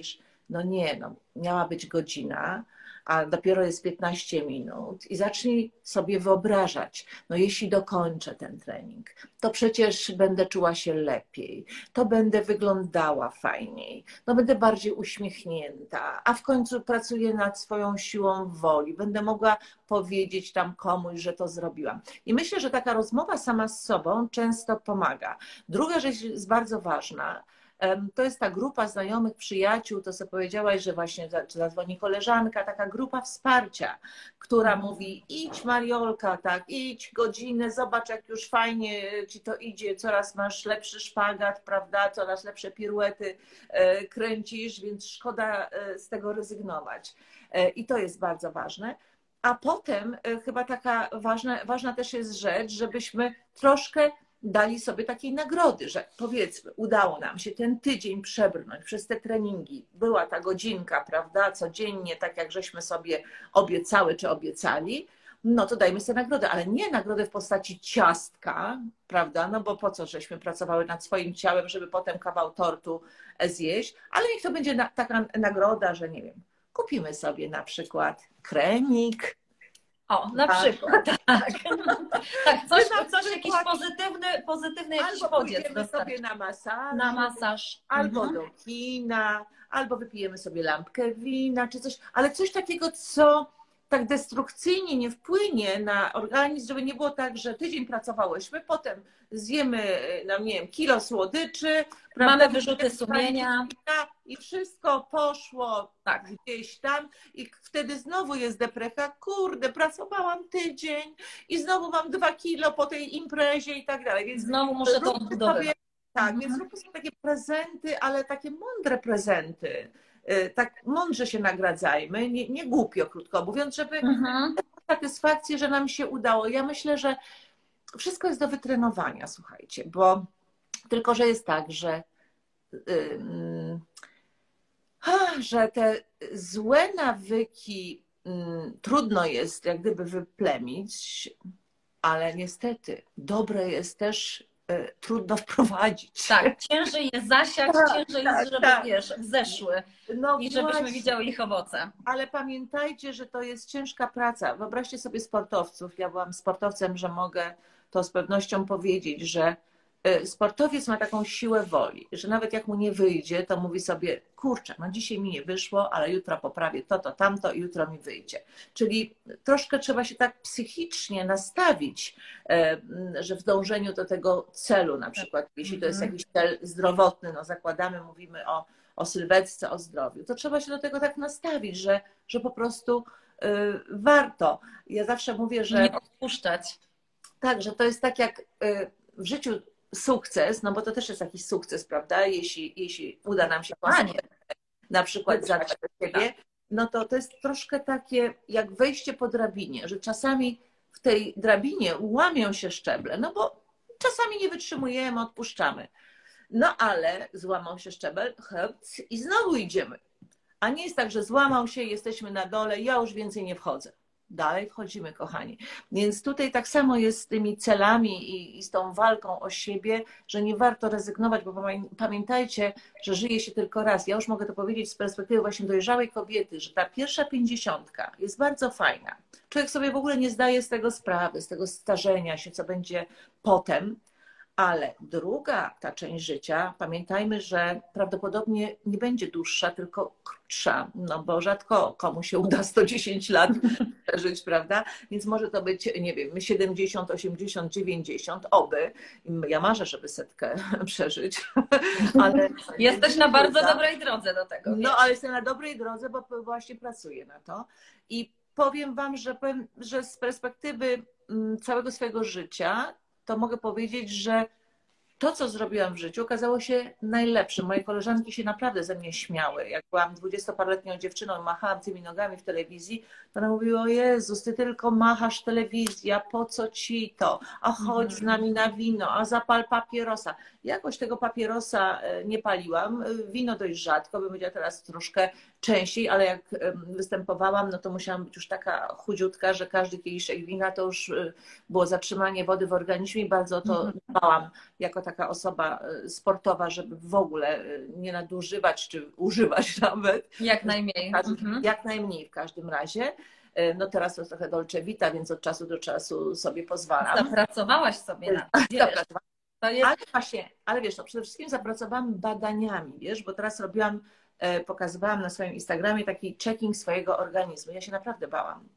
No nie, no, miała być godzina, a dopiero jest 15 minut i zacznij sobie wyobrażać, no jeśli dokończę ten trening, to przecież będę czuła się lepiej, to będę wyglądała fajniej, no będę bardziej uśmiechnięta, a w końcu pracuję nad swoją siłą woli, będę mogła powiedzieć tam komuś, że to zrobiłam. I myślę, że taka rozmowa sama z sobą często pomaga. Druga rzecz jest bardzo ważna. To jest ta grupa znajomych, przyjaciół, to co powiedziałaś, że właśnie zadzwoni koleżanka, taka grupa wsparcia, która mówi: idź Mariolka, tak, idź godzinę, zobacz jak już fajnie ci to idzie, coraz masz lepszy szpagat, prawda, coraz lepsze piruety kręcisz, więc szkoda z tego rezygnować. I to jest bardzo ważne. A potem chyba taka ważna też jest rzecz, żebyśmy troszkę dali sobie takiej nagrody, że powiedzmy, udało nam się ten tydzień przebrnąć przez te treningi. Była ta godzinka, prawda, codziennie, tak jak żeśmy sobie obiecały czy obiecali, no to dajmy sobie nagrodę, ale nie nagrodę w postaci ciastka, prawda, no bo po co żeśmy pracowały nad swoim ciałem, żeby potem kawał tortu zjeść, ale niech to będzie taka nagroda, że nie wiem, kupimy sobie na przykład kremik. O, na przykład, tak. Tak, coś jakiś pozytywny jakiś albo podziec pójdziemy dostać. sobie Na masaż. albo do kina, albo wypijemy sobie lampkę wina, czy coś, ale coś takiego, co tak destrukcyjnie nie wpłynie na organizm, żeby nie było tak, że tydzień pracowałyśmy, potem zjemy, no nie wiem, kilo słodyczy, prawda, Mamy wyrzuty sumienia. i wszystko poszło Tak. gdzieś tam i wtedy znowu jest depresja, kurde, pracowałam tydzień i znowu mam 2 kilo po tej imprezie i tak dalej. Więc Znowu muszę to odbudowywać. Tak, więc róbmy sobie takie prezenty, ale takie mądre prezenty. Tak mądrze się nagradzajmy, nie głupio, krótko mówiąc, żeby satysfakcję, że nam się udało. Ja myślę, że wszystko jest do wytrenowania, słuchajcie, bo tylko, że jest tak, że te złe nawyki trudno jest jak gdyby wyplemić, ale niestety dobre jest też trudno wprowadzić. Tak, ciężej jest zasiać, ciężej jest, żeby wiesz, wzeszły no i żebyśmy właśnie. widziały ich owoce. Ale pamiętajcie, że to jest ciężka praca. Wyobraźcie sobie sportowców. Ja byłam sportowcem, że mogę to z pewnością powiedzieć, że sportowiec ma taką siłę woli, że nawet jak mu nie wyjdzie, to mówi sobie: kurczę, no dzisiaj mi nie wyszło, ale jutro poprawię to, tamto i jutro mi wyjdzie. Czyli troszkę trzeba się tak psychicznie nastawić, że w dążeniu do tego celu, na przykład jeśli to jest jakiś cel zdrowotny, no zakładamy, mówimy o sylwetce, o zdrowiu, to trzeba się do tego tak nastawić, że po prostu warto. Ja zawsze mówię, że nie odpuszczać. Tak, że to jest tak jak w życiu sukces, no bo to też jest jakiś sukces, prawda? Jeśli uda nam się na przykład zadbać o siebie, no to jest troszkę takie jak wejście po drabinie, że czasami w tej drabinie łamią się szczeble, no bo czasami nie wytrzymujemy, odpuszczamy. No ale złamał się szczebel, i znowu idziemy. A nie jest tak, że złamał się, jesteśmy na dole, ja już więcej nie wchodzę. Dalej wchodzimy, kochani. Więc tutaj tak samo jest z tymi celami i z tą walką o siebie, że nie warto rezygnować, bo pamiętajcie, że żyje się tylko raz. Ja już mogę to powiedzieć z perspektywy właśnie dojrzałej kobiety, że ta pierwsza 50 jest bardzo fajna. Człowiek sobie w ogóle nie zdaje z tego sprawy, z tego starzenia się, co będzie potem. Ale druga ta część życia, pamiętajmy, że prawdopodobnie nie będzie dłuższa, tylko krótsza, no bo rzadko komu się uda 110 lat przeżyć, prawda? Więc może to być, nie wiem, 70, 80, 90, oby. Ja marzę, żeby 100 przeżyć. Ale jesteś na bardzo dobrej drodze do tego. No, ale jestem na dobrej drodze, bo właśnie pracuję na to. I powiem wam, że z perspektywy całego swojego życia, to mogę powiedzieć, że to, co zrobiłam w życiu, okazało się najlepsze. Moje koleżanki się naprawdę ze mnie śmiały. Jak byłam 20-paroletnią dziewczyną i machałam tymi nogami w telewizji, to one mówiły: o Jezus, ty tylko machasz telewizję, po co ci to? A chodź z nami na wino, a zapal papierosa. Jakoś tego papierosa nie paliłam. Wino dość rzadko, bym powiedziała teraz troszkę częściej, ale jak występowałam, no to musiałam być już taka chudziutka, że każdy kieliszek wina to już było zatrzymanie wody w organizmie i bardzo to dbałam jako taka osoba sportowa, żeby w ogóle nie nadużywać czy używać nawet. Jak najmniej. Jak najmniej w każdym razie. No teraz to jest trochę dolce vita, więc od czasu do czasu sobie pozwalam. Zapracowałaś sobie na to, wiesz, to jest... Ale właśnie, ale wiesz, no przede wszystkim zapracowałam badaniami, wiesz, bo teraz robiłam, pokazywałam na swoim Instagramie taki checking swojego organizmu. Ja się naprawdę bałam,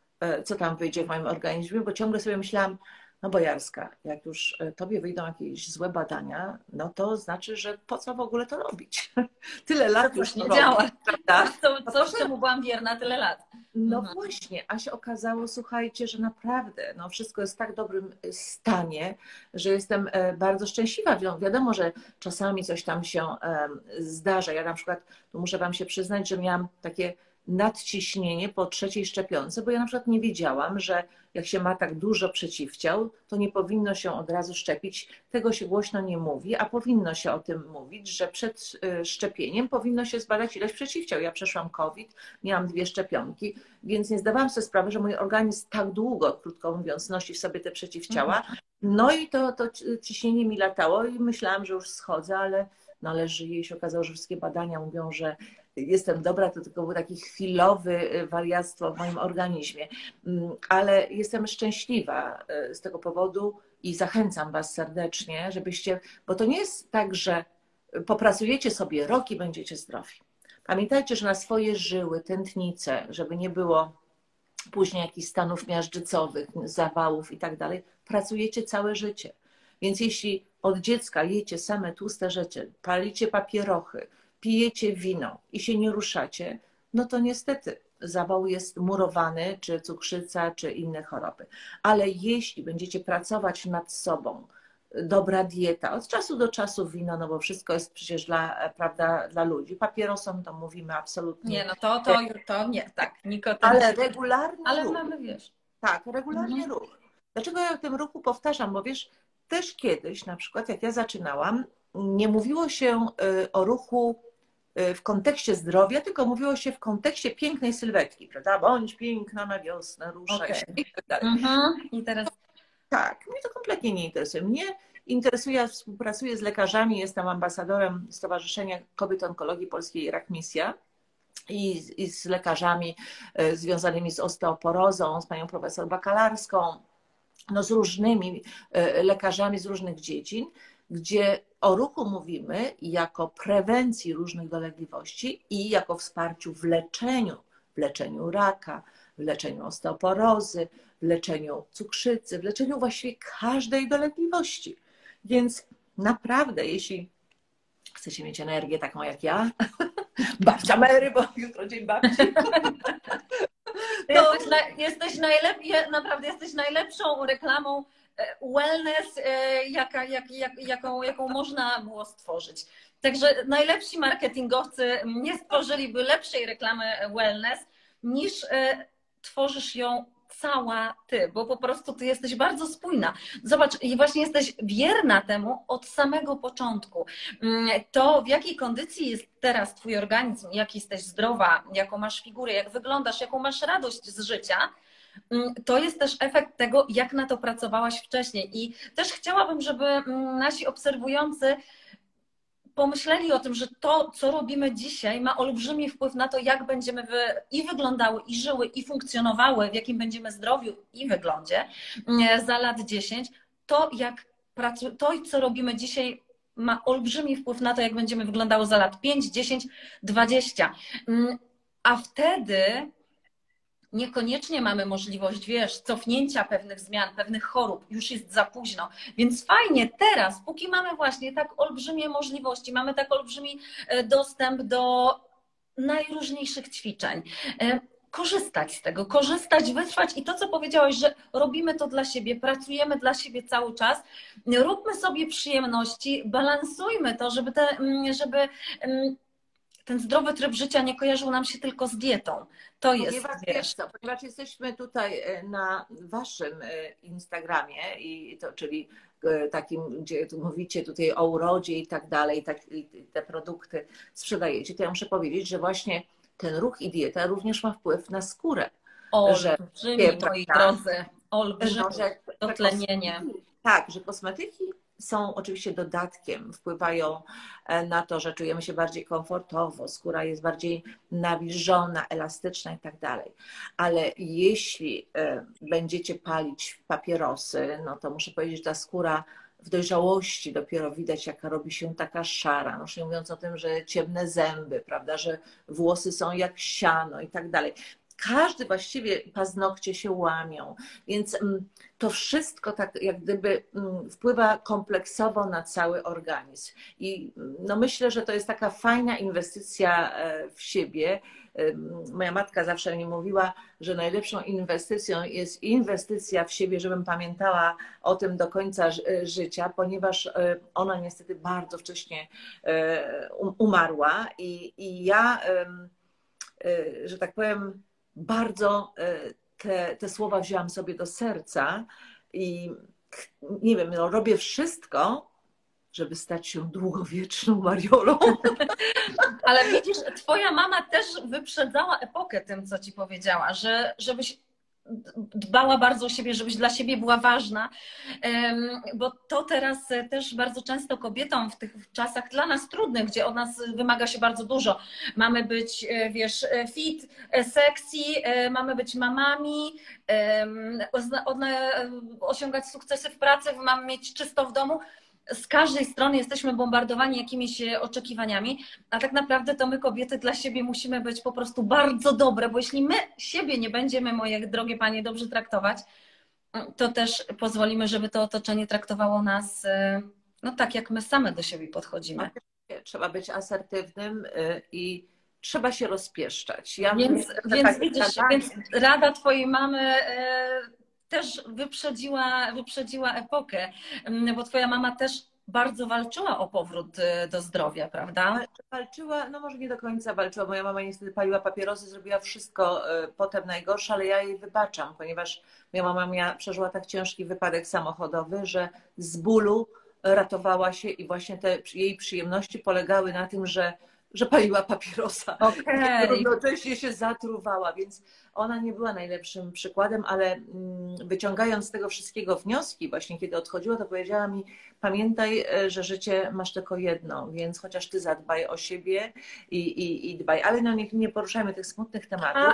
co tam wyjdzie w moim organizmie, bo ciągle sobie myślałam, no Bojarska, jak już tobie wyjdą jakieś złe badania, no to znaczy, że po co w ogóle to robić? Tyle lat już nie działa. Prawda? Coś, czemu byłam wierna tyle lat. No właśnie, a się okazało, słuchajcie, że naprawdę no wszystko jest w tak dobrym stanie, że jestem bardzo szczęśliwa. Wiadomo, że czasami coś tam się zdarza. Ja na przykład, tu muszę wam się przyznać, że miałam takie nadciśnienie po 3. szczepionce, bo ja na przykład nie wiedziałam, że jak się ma tak dużo przeciwciał, to nie powinno się od razu szczepić. Tego się głośno nie mówi, a powinno się o tym mówić, że przed szczepieniem powinno się zbadać ilość przeciwciał. Ja przeszłam COVID, miałam 2 szczepionki, więc nie zdawałam sobie sprawy, że mój organizm tak długo, krótko mówiąc, nosi w sobie te przeciwciała. No i to ciśnienie mi latało i myślałam, że już schodzę, ale żyję i się okazało, że wszystkie badania mówią, że jestem dobra, to tylko był taki chwilowy wariactwo w moim organizmie. Ale jestem szczęśliwa z tego powodu i zachęcam was serdecznie, żebyście, bo to nie jest tak, że popracujecie sobie rok i będziecie zdrowi. Pamiętajcie, że na swoje żyły, tętnice, żeby nie było później jakichś stanów miażdżycowych, zawałów i tak dalej, pracujecie całe życie. Więc jeśli od dziecka jecie same tłuste rzeczy, palicie papierochy, pijecie wino i się nie ruszacie, no to niestety zawał jest murowany, czy cukrzyca, czy inne choroby. Ale jeśli będziecie pracować nad sobą, dobra dieta, od czasu do czasu wino, no bo wszystko jest przecież dla ludzi. Papierosom to mówimy absolutnie. Nie, no to nie, tak, nikotyn. Ale regularny ale ruch. mamy, wiesz. Tak, regularny ruch. Dlaczego ja o tym ruchu powtarzam? Bo wiesz, też kiedyś, na przykład jak ja zaczynałam, nie mówiło się o ruchu w kontekście zdrowia, tylko mówiło się w kontekście pięknej sylwetki, prawda? Bądź piękna na wiosnę, ruszaj się i tak dalej. I teraz... Tak, mnie to kompletnie nie interesuje. Mnie interesuje, ja współpracuję z lekarzami, jestem ambasadorem Stowarzyszenia Kobiet Onkologii Polskiej Rak Misja i z lekarzami związanymi z osteoporozą, z panią profesor Bakalarską, no z różnymi lekarzami z różnych dziedzin, gdzie o ruchu mówimy jako prewencji różnych dolegliwości i jako wsparciu w leczeniu raka, w leczeniu osteoporozy, w leczeniu cukrzycy, w leczeniu właściwie każdej dolegliwości. Więc naprawdę, jeśli chcecie mieć energię taką jak ja, babcia Mary, bo jutro dzień babci. Naprawdę jesteś najlepszą reklamą wellness, jaką można było stworzyć. Także najlepsi marketingowcy nie stworzyliby lepszej reklamy wellness niż tworzysz ją cała ty, bo po prostu ty jesteś bardzo spójna. Zobacz, i właśnie jesteś wierna temu od samego początku. To, w jakiej kondycji jest teraz twój organizm, jak jesteś zdrowa, jaką masz figurę, jak wyglądasz, jaką masz radość z życia, to jest też efekt tego, jak na to pracowałaś wcześniej. I też chciałabym, żeby nasi obserwujący pomyśleli o tym, że to, co robimy dzisiaj, ma olbrzymi wpływ na to, jak będziemy i wyglądały, i żyły, i funkcjonowały, w jakim będziemy zdrowiu i wyglądzie za lat 10. To, co robimy dzisiaj, ma olbrzymi wpływ na to, jak będziemy wyglądały za lat 5, 10, 20. A wtedy niekoniecznie mamy możliwość, wiesz, cofnięcia pewnych zmian, pewnych chorób, już jest za późno. Więc fajnie teraz, póki mamy właśnie tak olbrzymie możliwości, mamy tak olbrzymi dostęp do najróżniejszych ćwiczeń, korzystać z tego, wytrwać i to, co powiedziałeś, że robimy to dla siebie, pracujemy dla siebie cały czas, róbmy sobie przyjemności, balansujmy to, żeby ten zdrowy tryb życia nie kojarzył nam się tylko z dietą. To jest, ponieważ jesteśmy tutaj na waszym Instagramie, czyli takim, gdzie tu mówicie tutaj o urodzie i tak dalej, te produkty sprzedajecie, to ja muszę powiedzieć, że właśnie ten ruch i dieta również ma wpływ na skórę. Olbrzymi, moi drodzy, olbrzymi, No, że dotlenienie. Tak, że kosmetyki są oczywiście dodatkiem, wpływają na to, że czujemy się bardziej komfortowo, skóra jest bardziej nawilżona, elastyczna i tak dalej. Ale jeśli będziecie palić papierosy, no to muszę powiedzieć, że ta skóra w dojrzałości dopiero widać, jaka robi się taka szara. No, już nie mówiąc o tym, że ciemne zęby, prawda, że włosy są jak siano i tak dalej. Każdy właściwie paznokcie się łamią, więc to wszystko tak jak gdyby wpływa kompleksowo na cały organizm. I no myślę, że to jest taka fajna inwestycja w siebie. Moja matka zawsze mi mówiła, że najlepszą inwestycją jest inwestycja w siebie, żebym pamiętała o tym do końca życia, ponieważ ona niestety bardzo wcześnie umarła i ja, że tak powiem, bardzo te słowa wzięłam sobie do serca i nie wiem, no, robię wszystko, żeby stać się długowieczną Mariolą. Ale widzisz, twoja mama też wyprzedzała epokę tym, co ci powiedziała, że żebyś dbała bardzo o siebie, żebyś dla siebie była ważna, bo to teraz też bardzo często kobietom w tych czasach dla nas trudnych, gdzie od nas wymaga się bardzo dużo. Mamy być, wiesz, fit, sexy, mamy być mamami, osiągać sukcesy w pracy, mamy mieć czysto w domu. Z każdej strony jesteśmy bombardowani jakimiś oczekiwaniami, a tak naprawdę to my kobiety dla siebie musimy być po prostu bardzo dobre, bo jeśli my siebie nie będziemy, moje drogie panie, dobrze traktować, to też pozwolimy, żeby to otoczenie traktowało nas no tak, jak my same do siebie podchodzimy. Trzeba być asertywnym i trzeba się rozpieszczać. Więc widzisz, więc rada twojej mamy też wyprzedziła epokę, bo twoja mama też bardzo walczyła o powrót do zdrowia, prawda? Walczyła, no może nie do końca walczyła. Moja mama niestety paliła papierosy, zrobiła wszystko potem najgorsze, ale ja jej wybaczam, ponieważ moja mama przeżyła tak ciężki wypadek samochodowy, że z bólu ratowała się i właśnie te jej przyjemności polegały na tym, że paliła papierosa. Okay. Równocześnie się zatruwała, więc ona nie była najlepszym przykładem, ale wyciągając z tego wszystkiego wnioski, właśnie kiedy odchodziła, to powiedziała mi: pamiętaj, że życie masz tylko jedno, więc chociaż ty zadbaj o siebie i dbaj. Ale no nie poruszajmy tych smutnych tematów.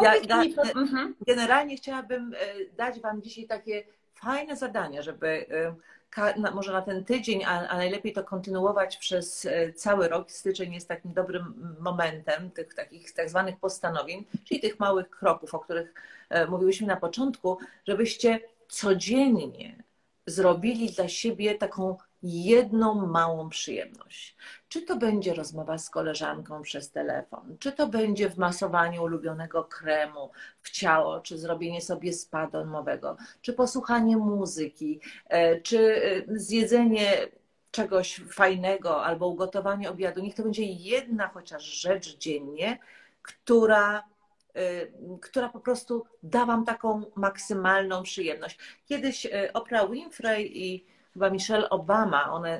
Generalnie chciałabym dać wam dzisiaj takie fajne zadanie, żeby może na ten tydzień, a najlepiej to kontynuować przez cały rok. Styczeń jest takim dobrym momentem tych takich tak zwanych postanowień, czyli tych małych kroków, o których mówiłyśmy na początku, żebyście codziennie zrobili dla siebie taką jedną małą przyjemność. Czy to będzie rozmowa z koleżanką przez telefon, czy to będzie wmasowanie ulubionego kremu w ciało, czy zrobienie sobie spa domowego, czy posłuchanie muzyki, czy zjedzenie czegoś fajnego albo ugotowanie obiadu. Niech to będzie jedna chociaż rzecz dziennie, która po prostu da wam taką maksymalną przyjemność. Kiedyś Oprah Winfrey i chyba Michelle Obama, one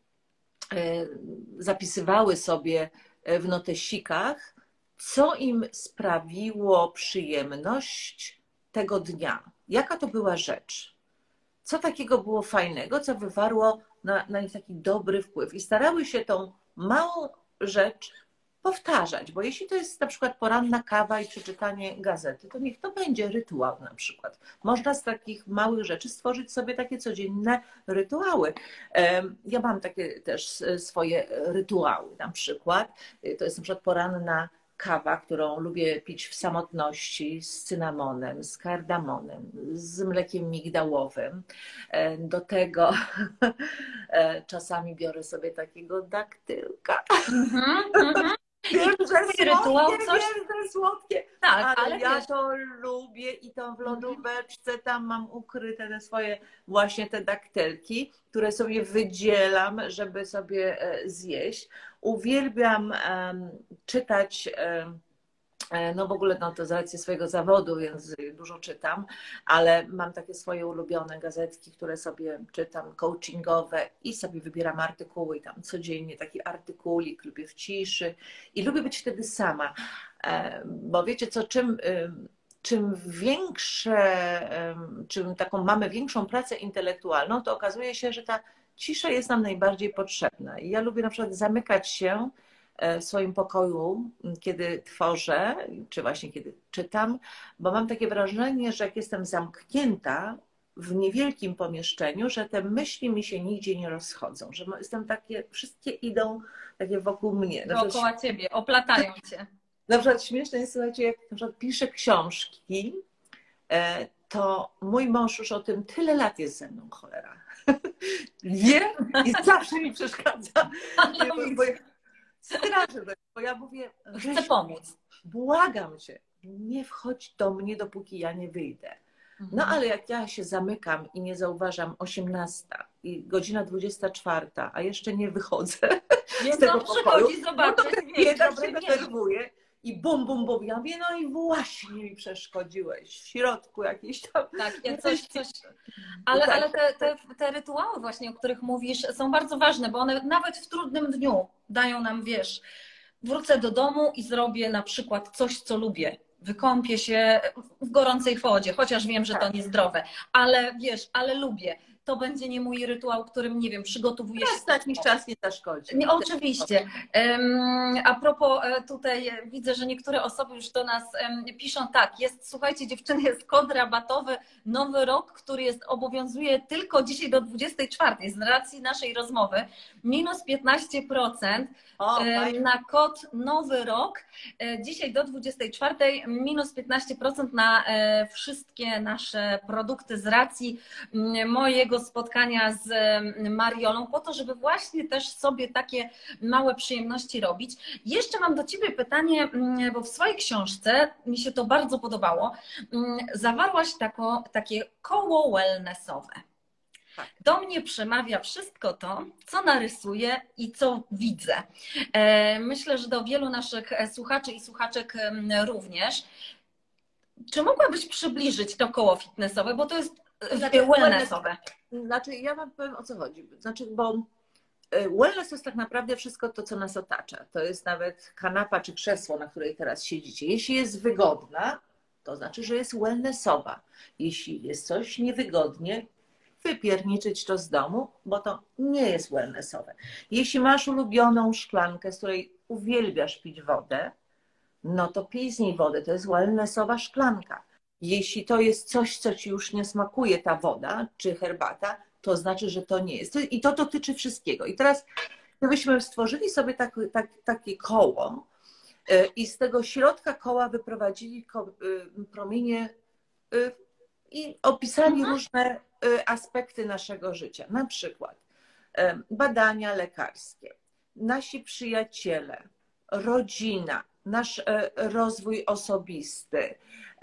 zapisywały sobie w notesikach, co im sprawiło przyjemność tego dnia. Jaka to była rzecz? Co takiego było fajnego, co wywarło na nich taki dobry wpływ. I starały się tą małą rzecz powtarzać, bo jeśli to jest na przykład poranna kawa i przeczytanie gazety, to niech to będzie rytuał na przykład. Można z takich małych rzeczy stworzyć sobie takie codzienne rytuały. Ja mam takie też swoje rytuały, na przykład to jest na przykład poranna kawa, którą lubię pić w samotności z cynamonem, z kardamonem, z mlekiem migdałowym. Do tego czasami biorę sobie takiego daktylka. Wiem, że słodkie, tak, ale ja to lubię i to w lodóweczce tam mam ukryte te swoje właśnie te daktylki, które sobie wydzielam, żeby sobie zjeść. Uwielbiam czytać No w ogóle no, to z racji swojego zawodu, więc dużo czytam, ale mam takie swoje ulubione gazetki, które sobie czytam, coachingowe i sobie wybieram artykuły i tam codziennie taki artykulik, lubię w ciszy i lubię być wtedy sama, bo wiecie co, czym większe, czym taką mamy większą pracę intelektualną, to okazuje się, że ta cisza jest nam najbardziej potrzebna. I ja lubię na przykład zamykać się w swoim pokoju, kiedy tworzę, czy właśnie kiedy czytam, bo mam takie wrażenie, że jak jestem zamknięta w niewielkim pomieszczeniu, że te myśli mi się nigdzie nie rozchodzą, że jestem takie, wszystkie idą takie wokół mnie. Dookoła ciebie, oplatają cię. Na przykład śmieszne jest, słuchajcie, jak na przykład piszę książki, to mój mąż już o tym tyle lat jest ze mną, cholera. Wie i zawsze mi przeszkadza. Bo ja straszę, bo ja mówię, Chcę pomóc. błagam cię, nie wchodź do mnie, dopóki ja nie wyjdę. No ale jak ja się zamykam i nie zauważam 18 i godzina 24, a jeszcze nie wychodzę Więc z tego on pokoju, przychodzi no zobaczyć, to ten wiesz, biedak dobre się dnie. denerwuje i bum, bum, bum. Ja mówię, no i właśnie mi przeszkodziłeś w środku jakiś tam. Tak, ja coś. Ale te rytuały właśnie, o których mówisz, są bardzo ważne, bo one nawet w trudnym dniu dają nam, wiesz, wrócę do domu i zrobię na przykład coś, co lubię. Wykąpię się w gorącej wodzie, chociaż wiem, że to niezdrowe, ale wiesz, ale lubię. To będzie nie mój rytuał, którym, nie wiem, przygotowuję się. Raz na jakiś czas nie zaszkodzi. Nie, oczywiście. A propos, tutaj widzę, że niektóre osoby już do nas piszą tak, jest, słuchajcie dziewczyny, jest kod rabatowy Nowy Rok, który obowiązuje tylko dzisiaj do 24 z racji naszej rozmowy, minus 15% na kod Nowy Rok, dzisiaj do 24 minus 15% na wszystkie nasze produkty z racji mojego spotkania z Mariolą, po to, żeby właśnie też sobie takie małe przyjemności robić. Jeszcze mam do Ciebie pytanie, bo w swojej książce mi się to bardzo podobało. Zawarłaś takie koło wellnessowe. Do mnie przemawia wszystko to, co narysuję i co widzę. Myślę, że do wielu naszych słuchaczy i słuchaczek również. Czy mogłabyś przybliżyć to koło fitnessowe, bo to jest wellnessowe? Znaczy, ja wam powiem, o co chodzi. Znaczy, bo wellness to jest tak naprawdę wszystko to, co nas otacza. To jest nawet kanapa czy krzesło, na której teraz siedzicie. Jeśli jest wygodna, to znaczy, że jest wellnessowa. Jeśli jest coś niewygodnie, wypierniczyć to z domu, bo to nie jest wellnessowe. Jeśli masz ulubioną szklankę, z której uwielbiasz pić wodę, no to pij z niej wodę. To jest wellnessowa szklanka. Jeśli to jest coś, co ci już nie smakuje, ta woda czy herbata, to znaczy, że to nie jest. I to dotyczy wszystkiego. I teraz gdybyśmy stworzyli sobie takie koło i z tego środka koła wyprowadzili promienie i opisali różne aspekty naszego życia. Na przykład badania lekarskie, nasi przyjaciele, rodzina, nasz rozwój osobisty,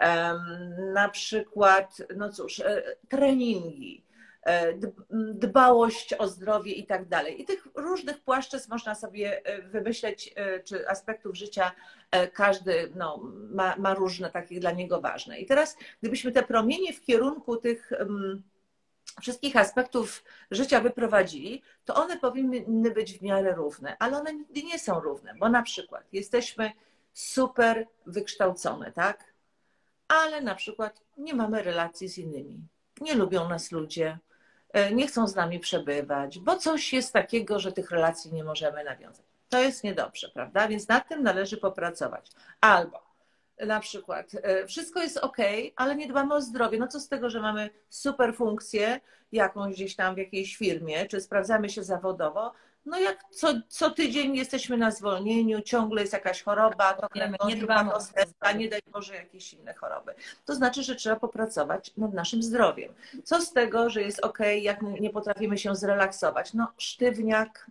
na przykład, no cóż, treningi, dbałość o zdrowie i tak dalej. I tych różnych płaszczyzn można sobie wymyśleć, czy aspektów życia każdy no, ma różne, takie dla niego ważne. I teraz, gdybyśmy te promienie w kierunku tych wszystkich aspektów życia wyprowadzili, to one powinny być w miarę równe, ale one nigdy nie są równe, bo na przykład jesteśmy super wykształcone, tak? Ale na przykład nie mamy relacji z innymi. Nie lubią nas ludzie, nie chcą z nami przebywać, bo coś jest takiego, że tych relacji nie możemy nawiązać. To jest niedobrze, prawda? Więc nad tym należy popracować. Albo na przykład wszystko jest ok, ale nie dbamy o zdrowie. No co z tego, że mamy super funkcję jakąś gdzieś tam w jakiejś firmie, czy sprawdzamy się zawodowo, no jak co tydzień jesteśmy na zwolnieniu, ciągle jest jakaś choroba, to nie dbamy o a nie daj Boże jakieś inne choroby. To znaczy, że trzeba popracować nad naszym zdrowiem. Co z tego, że jest ok, jak nie potrafimy się zrelaksować? No sztywniak,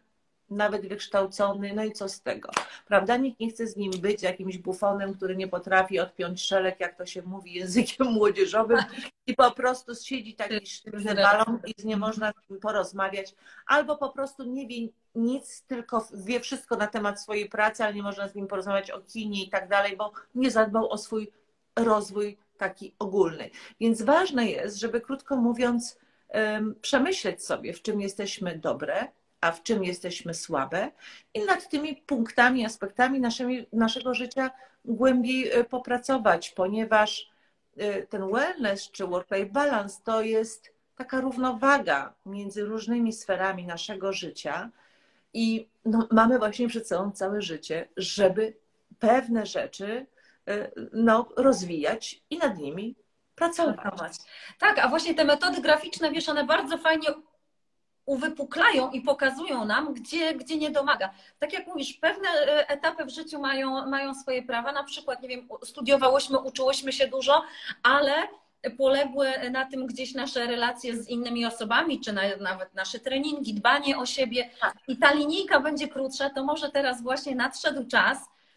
nawet wykształcony, no i co z tego, prawda? Nikt nie chce z nim być jakimś bufonem, który nie potrafi odpiąć szelek, jak to się mówi językiem młodzieżowym i po prostu siedzi taki sztywny balon i z nie można z nim porozmawiać, albo po prostu nie wie nic, tylko wie wszystko na temat swojej pracy, ale nie można z nim porozmawiać o kinie i tak dalej, bo nie zadbał o swój rozwój taki ogólny. Więc ważne jest, żeby krótko mówiąc przemyśleć sobie, w czym jesteśmy dobre, a w czym jesteśmy słabe i nad tymi punktami, aspektami naszego życia głębiej popracować, ponieważ ten wellness czy work-life balance to jest taka równowaga między różnymi sferami naszego życia i no, mamy właśnie przed sobą całe życie, żeby pewne rzeczy no, rozwijać i nad nimi pracować. Tak, a właśnie te metody graficzne, wiesz, one bardzo fajnie uwypuklają i pokazują nam, gdzie nie domaga. Tak jak mówisz, pewne etapy w życiu mają swoje prawa, na przykład, nie wiem, studiowałyśmy, uczyłyśmy się dużo, ale poległy na tym gdzieś nasze relacje z innymi osobami, czy nawet nasze treningi, dbanie o siebie i ta linijka będzie krótsza, to może teraz właśnie nadszedł czas,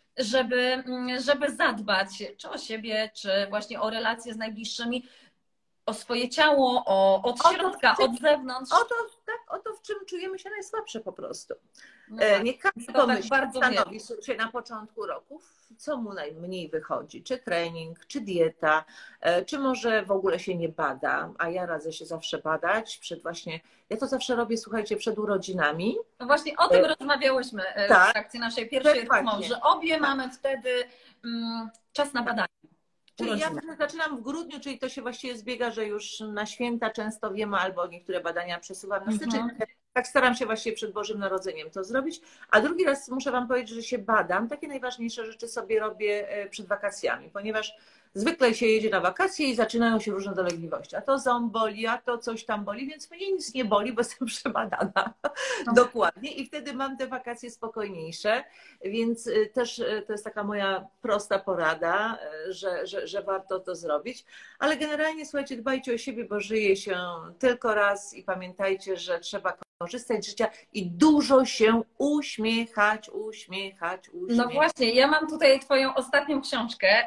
żeby zadbać czy o siebie, czy właśnie o relacje z najbliższymi, o swoje ciało, od środka, od zewnątrz. O to, w czym czujemy się najsłabsze po prostu. No tak, nie każdy to pomyśli, tak bardzo stanowi się na początku roku, co mu najmniej wychodzi, czy trening, czy dieta, czy może w ogóle się nie bada, a ja radzę się zawsze badać ja to zawsze robię, słuchajcie, przed urodzinami. No właśnie o tym rozmawiałyśmy w trakcie naszej pierwszej rozmowy, że obie mamy wtedy czas na badanie. Czyli ja zaczynam w grudniu, czyli to się właściwie zbiega, że już na święta często wiemy, albo niektóre badania przesuwam na styczeń. Tak staram się właśnie przed Bożym Narodzeniem to zrobić. A drugi raz muszę Wam powiedzieć, że się badam. Takie najważniejsze rzeczy sobie robię przed wakacjami, ponieważ zwykle się jedzie na wakacje i zaczynają się różne dolegliwości. A to ząb boli, a to coś tam boli, więc mnie nic nie boli, bo jestem przebadana dokładnie i wtedy mam te wakacje spokojniejsze. Więc też to jest taka moja prosta porada, że warto to zrobić. Ale generalnie, słuchajcie, dbajcie o siebie, bo żyje się tylko raz i pamiętajcie, że trzeba korzystać z życia i dużo się uśmiechać. No właśnie, ja mam tutaj Twoją ostatnią książkę.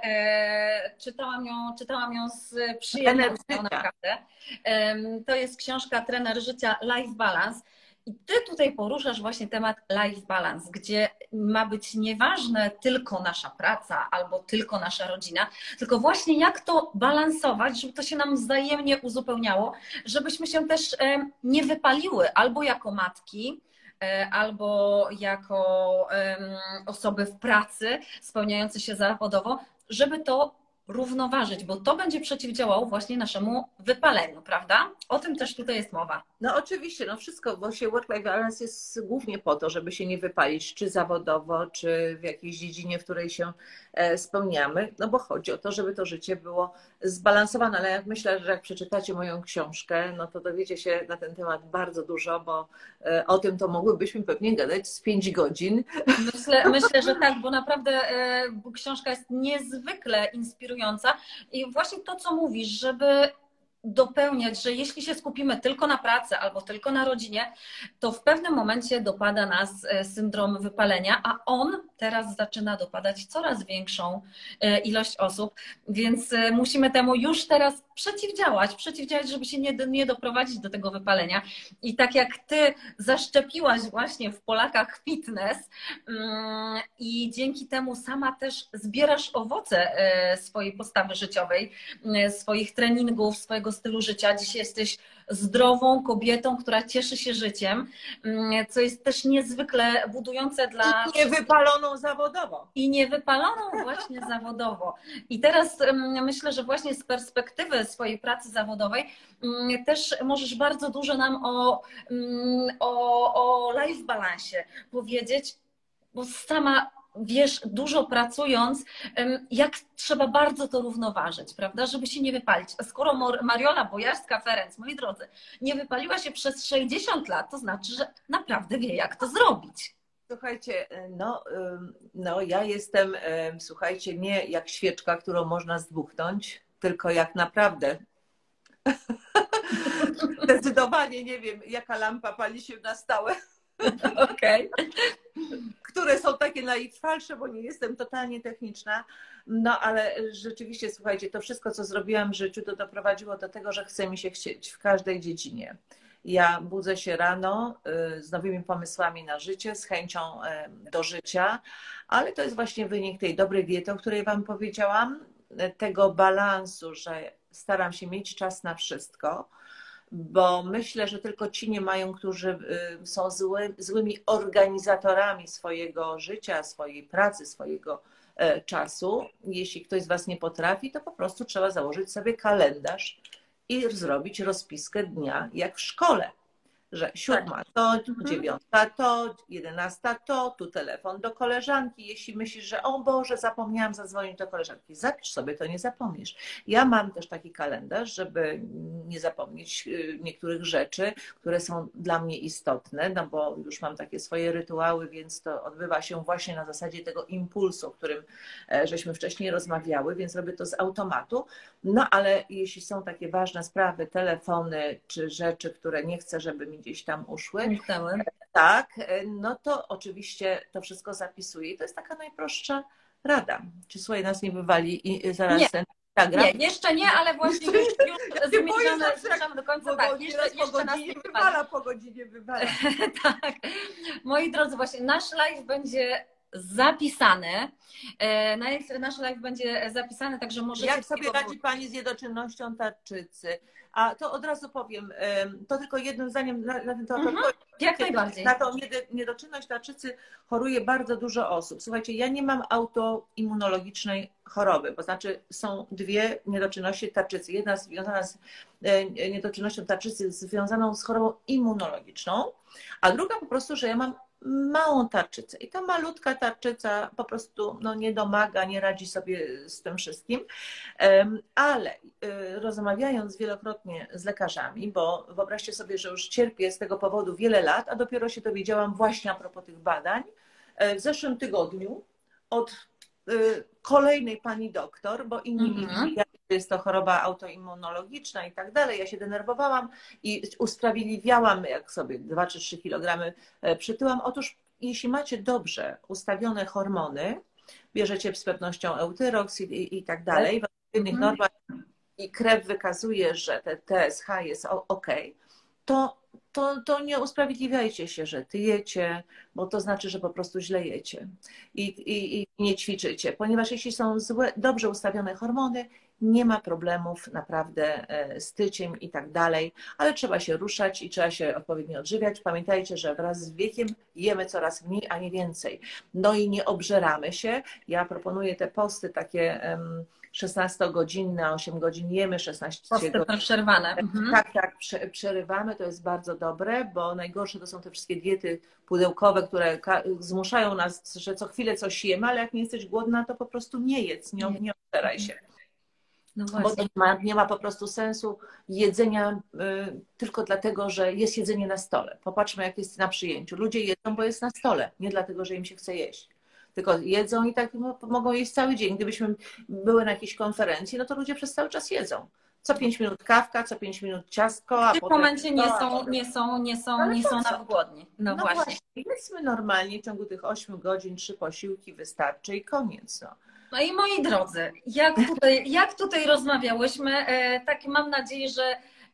Czytałam ją z przyjemnością naprawdę. To jest książka Trener Życia Life Balance. I Ty tutaj poruszasz właśnie temat life balance, gdzie ma być nieważne tylko nasza praca albo tylko nasza rodzina, tylko właśnie jak to balansować, żeby to się nam wzajemnie uzupełniało, żebyśmy się też nie wypaliły albo jako matki, albo jako osoby w pracy spełniające się zawodowo, żeby to równoważyć, bo to będzie przeciwdziałało właśnie naszemu wypaleniu, prawda? O tym też tutaj jest mowa. No oczywiście, no wszystko, bo się work-life balance jest głównie po to, żeby się nie wypalić, czy zawodowo, czy w jakiejś dziedzinie, w której się spełniamy, no bo chodzi o to, żeby to życie było zbalansowane, ale jak myślę, że jak przeczytacie moją książkę, no to dowiecie się na ten temat bardzo dużo, bo o tym to mogłybyśmy pewnie gadać z 5 godzin. Myślę, że tak, bo naprawdę książka jest niezwykle inspirująca i właśnie to, co mówisz, żeby dopełniać, że jeśli się skupimy tylko na pracy albo tylko na rodzinie, to w pewnym momencie dopada nas syndrom wypalenia, a on teraz zaczyna dopadać coraz większą ilość osób, więc musimy temu już teraz przeciwdziałać, żeby się nie doprowadzić do tego wypalenia. I tak jak Ty zaszczepiłaś właśnie w Polakach fitness i dzięki temu sama też zbierasz owoce swojej postawy życiowej, swoich treningów, swojego stylu życia. Dzisiaj jesteś zdrową kobietą, która cieszy się życiem, co jest też niezwykle budujące dla... I niewypaloną zawodowo. I niewypaloną właśnie zawodowo. I teraz myślę, że właśnie z perspektywy swojej pracy zawodowej też możesz bardzo dużo nam o life balansie powiedzieć, bo sama wiesz, dużo pracując, jak trzeba bardzo to równoważyć, prawda, żeby się nie wypalić. A skoro Mariola Bojarska-Ferenc, moi drodzy, nie wypaliła się przez 60 lat, to znaczy, że naprawdę wie, jak to zrobić. Słuchajcie, no ja jestem, słuchajcie, nie jak świeczka, którą można zdmuchnąć, tylko jak naprawdę zdecydowanie nie wiem, jaka lampa pali się na stałe. Okej. które są takie najtrwalsze, bo nie jestem totalnie techniczna. No ale rzeczywiście, słuchajcie, to wszystko, co zrobiłam w życiu, to doprowadziło do tego, że chce mi się chcieć w każdej dziedzinie. Ja budzę się rano z nowymi pomysłami na życie, z chęcią do życia, ale to jest właśnie wynik tej dobrej diety, o której Wam powiedziałam, tego balansu, że staram się mieć czas na wszystko, bo myślę, że tylko ci nie mają, którzy są złymi organizatorami swojego życia, swojej pracy, swojego czasu. Jeśli ktoś z Was nie potrafi, to po prostu trzeba założyć sobie kalendarz i zrobić rozpiskę dnia, jak w szkole. Że 7 to, 9 to, 11 to, tu telefon do koleżanki. Jeśli myślisz, że o Boże, zapomniałam zadzwonić do koleżanki, zapisz sobie, to nie zapomnisz. Ja mam też taki kalendarz, żeby nie zapomnieć niektórych rzeczy, które są dla mnie istotne, no bo już mam takie swoje rytuały, więc to odbywa się właśnie na zasadzie tego impulsu, o którym żeśmy wcześniej rozmawiały, więc robię to z automatu. No ale jeśli są takie ważne sprawy, telefony czy rzeczy, które nie chcę, żeby mi gdzieś tam uszły, tak, no to oczywiście to wszystko zapisuję. I to jest taka najprostsza rada. Czy słuchaj, nas nie wywali i zaraz Nie. ten Instagram? Nie, jeszcze nie, ale właśnie już zmierzamy do końca. Tak, jeszcze nas nie wywala. Po godzinie wywala. Tak. Moi drodzy, właśnie nasz live będzie zapisany. Nasz live będzie zapisany, także możecie... Jak sobie radzi Pani z niedoczynnością tarczycy? A to od razu powiem, to tylko jednym zdaniem na ten temat. Jak najbardziej. Na tą niedoczynność tarczycy choruje bardzo dużo osób. Słuchajcie, ja nie mam autoimmunologicznej choroby, bo znaczy są dwie niedoczynności tarczycy. Jedna związana z niedoczynnością tarczycy związaną z chorobą immunologiczną, a druga po prostu, że ja mam małą tarczycę i ta malutka tarczyca po prostu no, nie domaga, nie radzi sobie z tym wszystkim, ale rozmawiając wielokrotnie z lekarzami, bo wyobraźcie sobie, że już cierpię z tego powodu wiele lat, a dopiero się dowiedziałam właśnie a propos tych badań w zeszłym tygodniu od kolejnej pani doktor, bo inni mi mówili, jest to choroba autoimmunologiczna i tak dalej. Ja się denerwowałam i usprawiedliwiałam, jak sobie 2 czy 3 kg przytyłam. Otóż jeśli macie dobrze ustawione hormony, bierzecie z pewnością Euthyrox i tak dalej, w odpowiednich normach i krew wykazuje, że te TSH jest ok, to nie usprawiedliwiajcie się, że tyjecie, bo to znaczy, że po prostu źle jecie i nie ćwiczycie, ponieważ jeśli są dobrze ustawione hormony, nie ma problemów naprawdę z tyciem i tak dalej, ale trzeba się ruszać i trzeba się odpowiednio odżywiać. Pamiętajcie, że wraz z wiekiem jemy coraz mniej, a nie więcej. No i nie obżeramy się. Ja proponuję te posty takie 16-godzinne, 8 godzin jemy, 16 godzin. Przerwane. Tak, przerywamy, to jest bardzo dobre, bo najgorsze to są te wszystkie diety pudełkowe, które zmuszają nas, że co chwilę coś jemy, ale jak nie jesteś głodna, to po prostu nie jedz, nie obżeraj się. No bo nie ma po prostu sensu jedzenia tylko dlatego, że jest jedzenie na stole. Popatrzmy, jak jest na przyjęciu. Ludzie jedzą, bo jest na stole, nie dlatego, że im się chce jeść. Tylko jedzą i tak mogą jeść cały dzień. Gdybyśmy były na jakiejś konferencji, no to ludzie przez cały czas jedzą. Co 5 minut kawka, co 5 minut ciastko, a w tym momencie nie są na głodni. No właśnie. Jedzmy normalnie w ciągu tych 8 godzin 3 posiłki wystarczy i koniec. No i moi drodzy, jak tutaj rozmawiałyśmy, tak mam nadzieję, że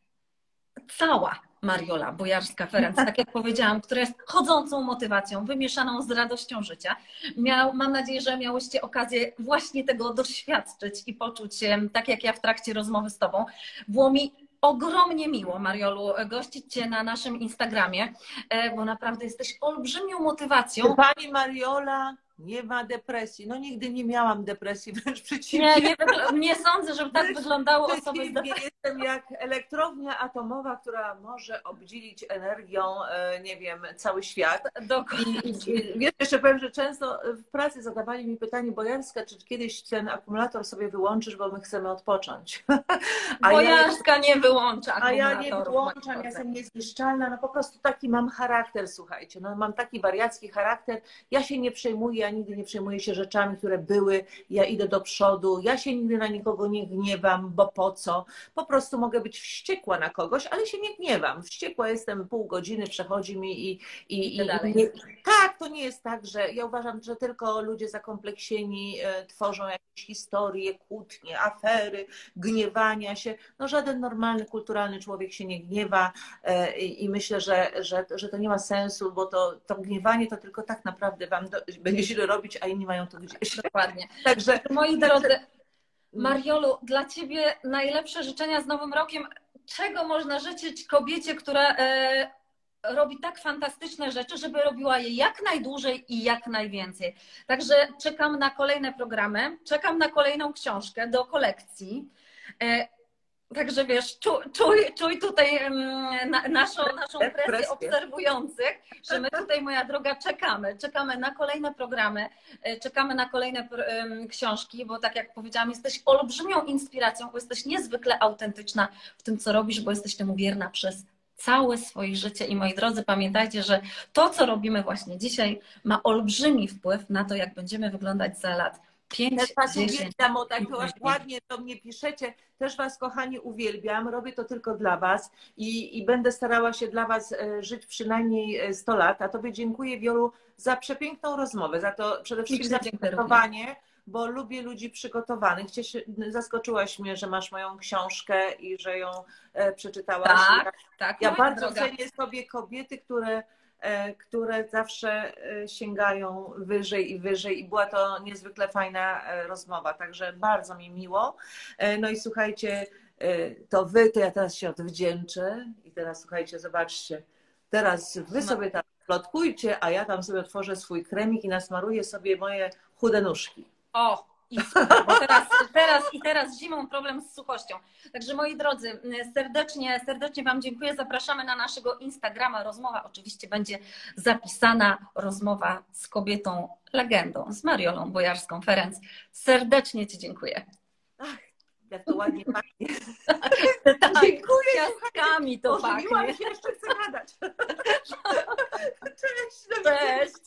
cała Mariola Bojarska-Ferenc, tak jak powiedziałam, która jest chodzącą motywacją, wymieszaną z radością życia. Mam nadzieję, że miałyście okazję właśnie tego doświadczyć i poczuć się, tak jak ja w trakcie rozmowy z Tobą. Było mi ogromnie miło, Mariolu, gościć Cię na naszym Instagramie, bo naprawdę jesteś olbrzymią motywacją. Pani Mariola nie ma depresji. No nigdy nie miałam depresji, wręcz przeciwnie. Nie sądzę, żeby tak wyglądały osoby z depresją. Jestem jak elektrownia atomowa, która może obdzielić energią, nie wiem, cały świat. Wiesz, jeszcze powiem, że często w pracy zadawali mi pytanie, Bojarska, czy kiedyś ten akumulator sobie wyłączysz, bo my chcemy odpocząć. Bojarska nie wyłącza akumulatorów. A ja nie wyłączam, ja jestem niezniszczalna, no po prostu taki mam charakter, słuchajcie, no mam taki wariacki charakter, ja się nie przejmuję nigdy nie przejmuję się rzeczami, które były, ja idę do przodu, ja się nigdy na nikogo nie gniewam, bo po co? Po prostu mogę być wściekła na kogoś, ale się nie gniewam. Wściekła jestem, pół godziny przechodzi mi I dalej. tak, to nie jest tak, że ja uważam, że tylko ludzie zakompleksieni tworzą jakieś historie, kłótnie, afery, gniewania się. No żaden normalny, kulturalny człowiek się nie gniewa i myślę, że to nie ma sensu, bo to gniewanie to tylko tak naprawdę wam będzie źle robić, a inni mają to gdzieś. Dokładnie. Także Moi drodzy, Mariolu, dla Ciebie najlepsze życzenia z Nowym Rokiem. Czego można życzyć kobiecie, która robi tak fantastyczne rzeczy, żeby robiła je jak najdłużej i jak najwięcej. Także czekam na kolejne programy, czekam na kolejną książkę do kolekcji. Także wiesz, czuj tutaj naszą presję obserwujących, że my tutaj, moja droga, czekamy na kolejne programy, czekamy na kolejne książki, bo tak jak powiedziałam, jesteś olbrzymią inspiracją, bo jesteś niezwykle autentyczna w tym, co robisz, bo jesteś temu wierna przez całe swoje życie. I moi drodzy, pamiętajcie, że to, co robimy właśnie dzisiaj, ma olbrzymi wpływ na to, jak będziemy wyglądać za lat 5, też was 10. uwielbiam, o tak ładnie do mnie piszecie. Też was, kochani, uwielbiam. Robię to tylko dla was i będę starała się dla was żyć przynajmniej 100 lat. A tobie dziękuję, Wiolu, za przepiękną rozmowę, za to przede wszystkim za przygotowanie, bo lubię ludzi przygotowanych. Zaskoczyłaś mnie, że masz moją książkę i że ją przeczytałaś. Tak. Ja bardzo cenię sobie kobiety, które zawsze sięgają wyżej i wyżej i była to niezwykle fajna rozmowa, także bardzo mi miło. No i słuchajcie, to ja teraz się odwdzięczę i teraz słuchajcie, zobaczcie, teraz wy sobie tam plotkujcie, a ja tam sobie otworzę swój kremik i nasmaruję sobie moje chude nóżki. O! I super, bo teraz zimą problem z suchością. Także moi drodzy, serdecznie Wam dziękuję. Zapraszamy na naszego Instagrama. Rozmowa oczywiście będzie zapisana. Rozmowa z kobietą legendą, z Mariolą Bojarską-Ferenc. Serdecznie Ci dziękuję. Ach, jak to ładnie pachnie. Tak, dziękuję. Ciastkami to pachnie. Się, jeszcze chcę gadać. Cześć. Cześć.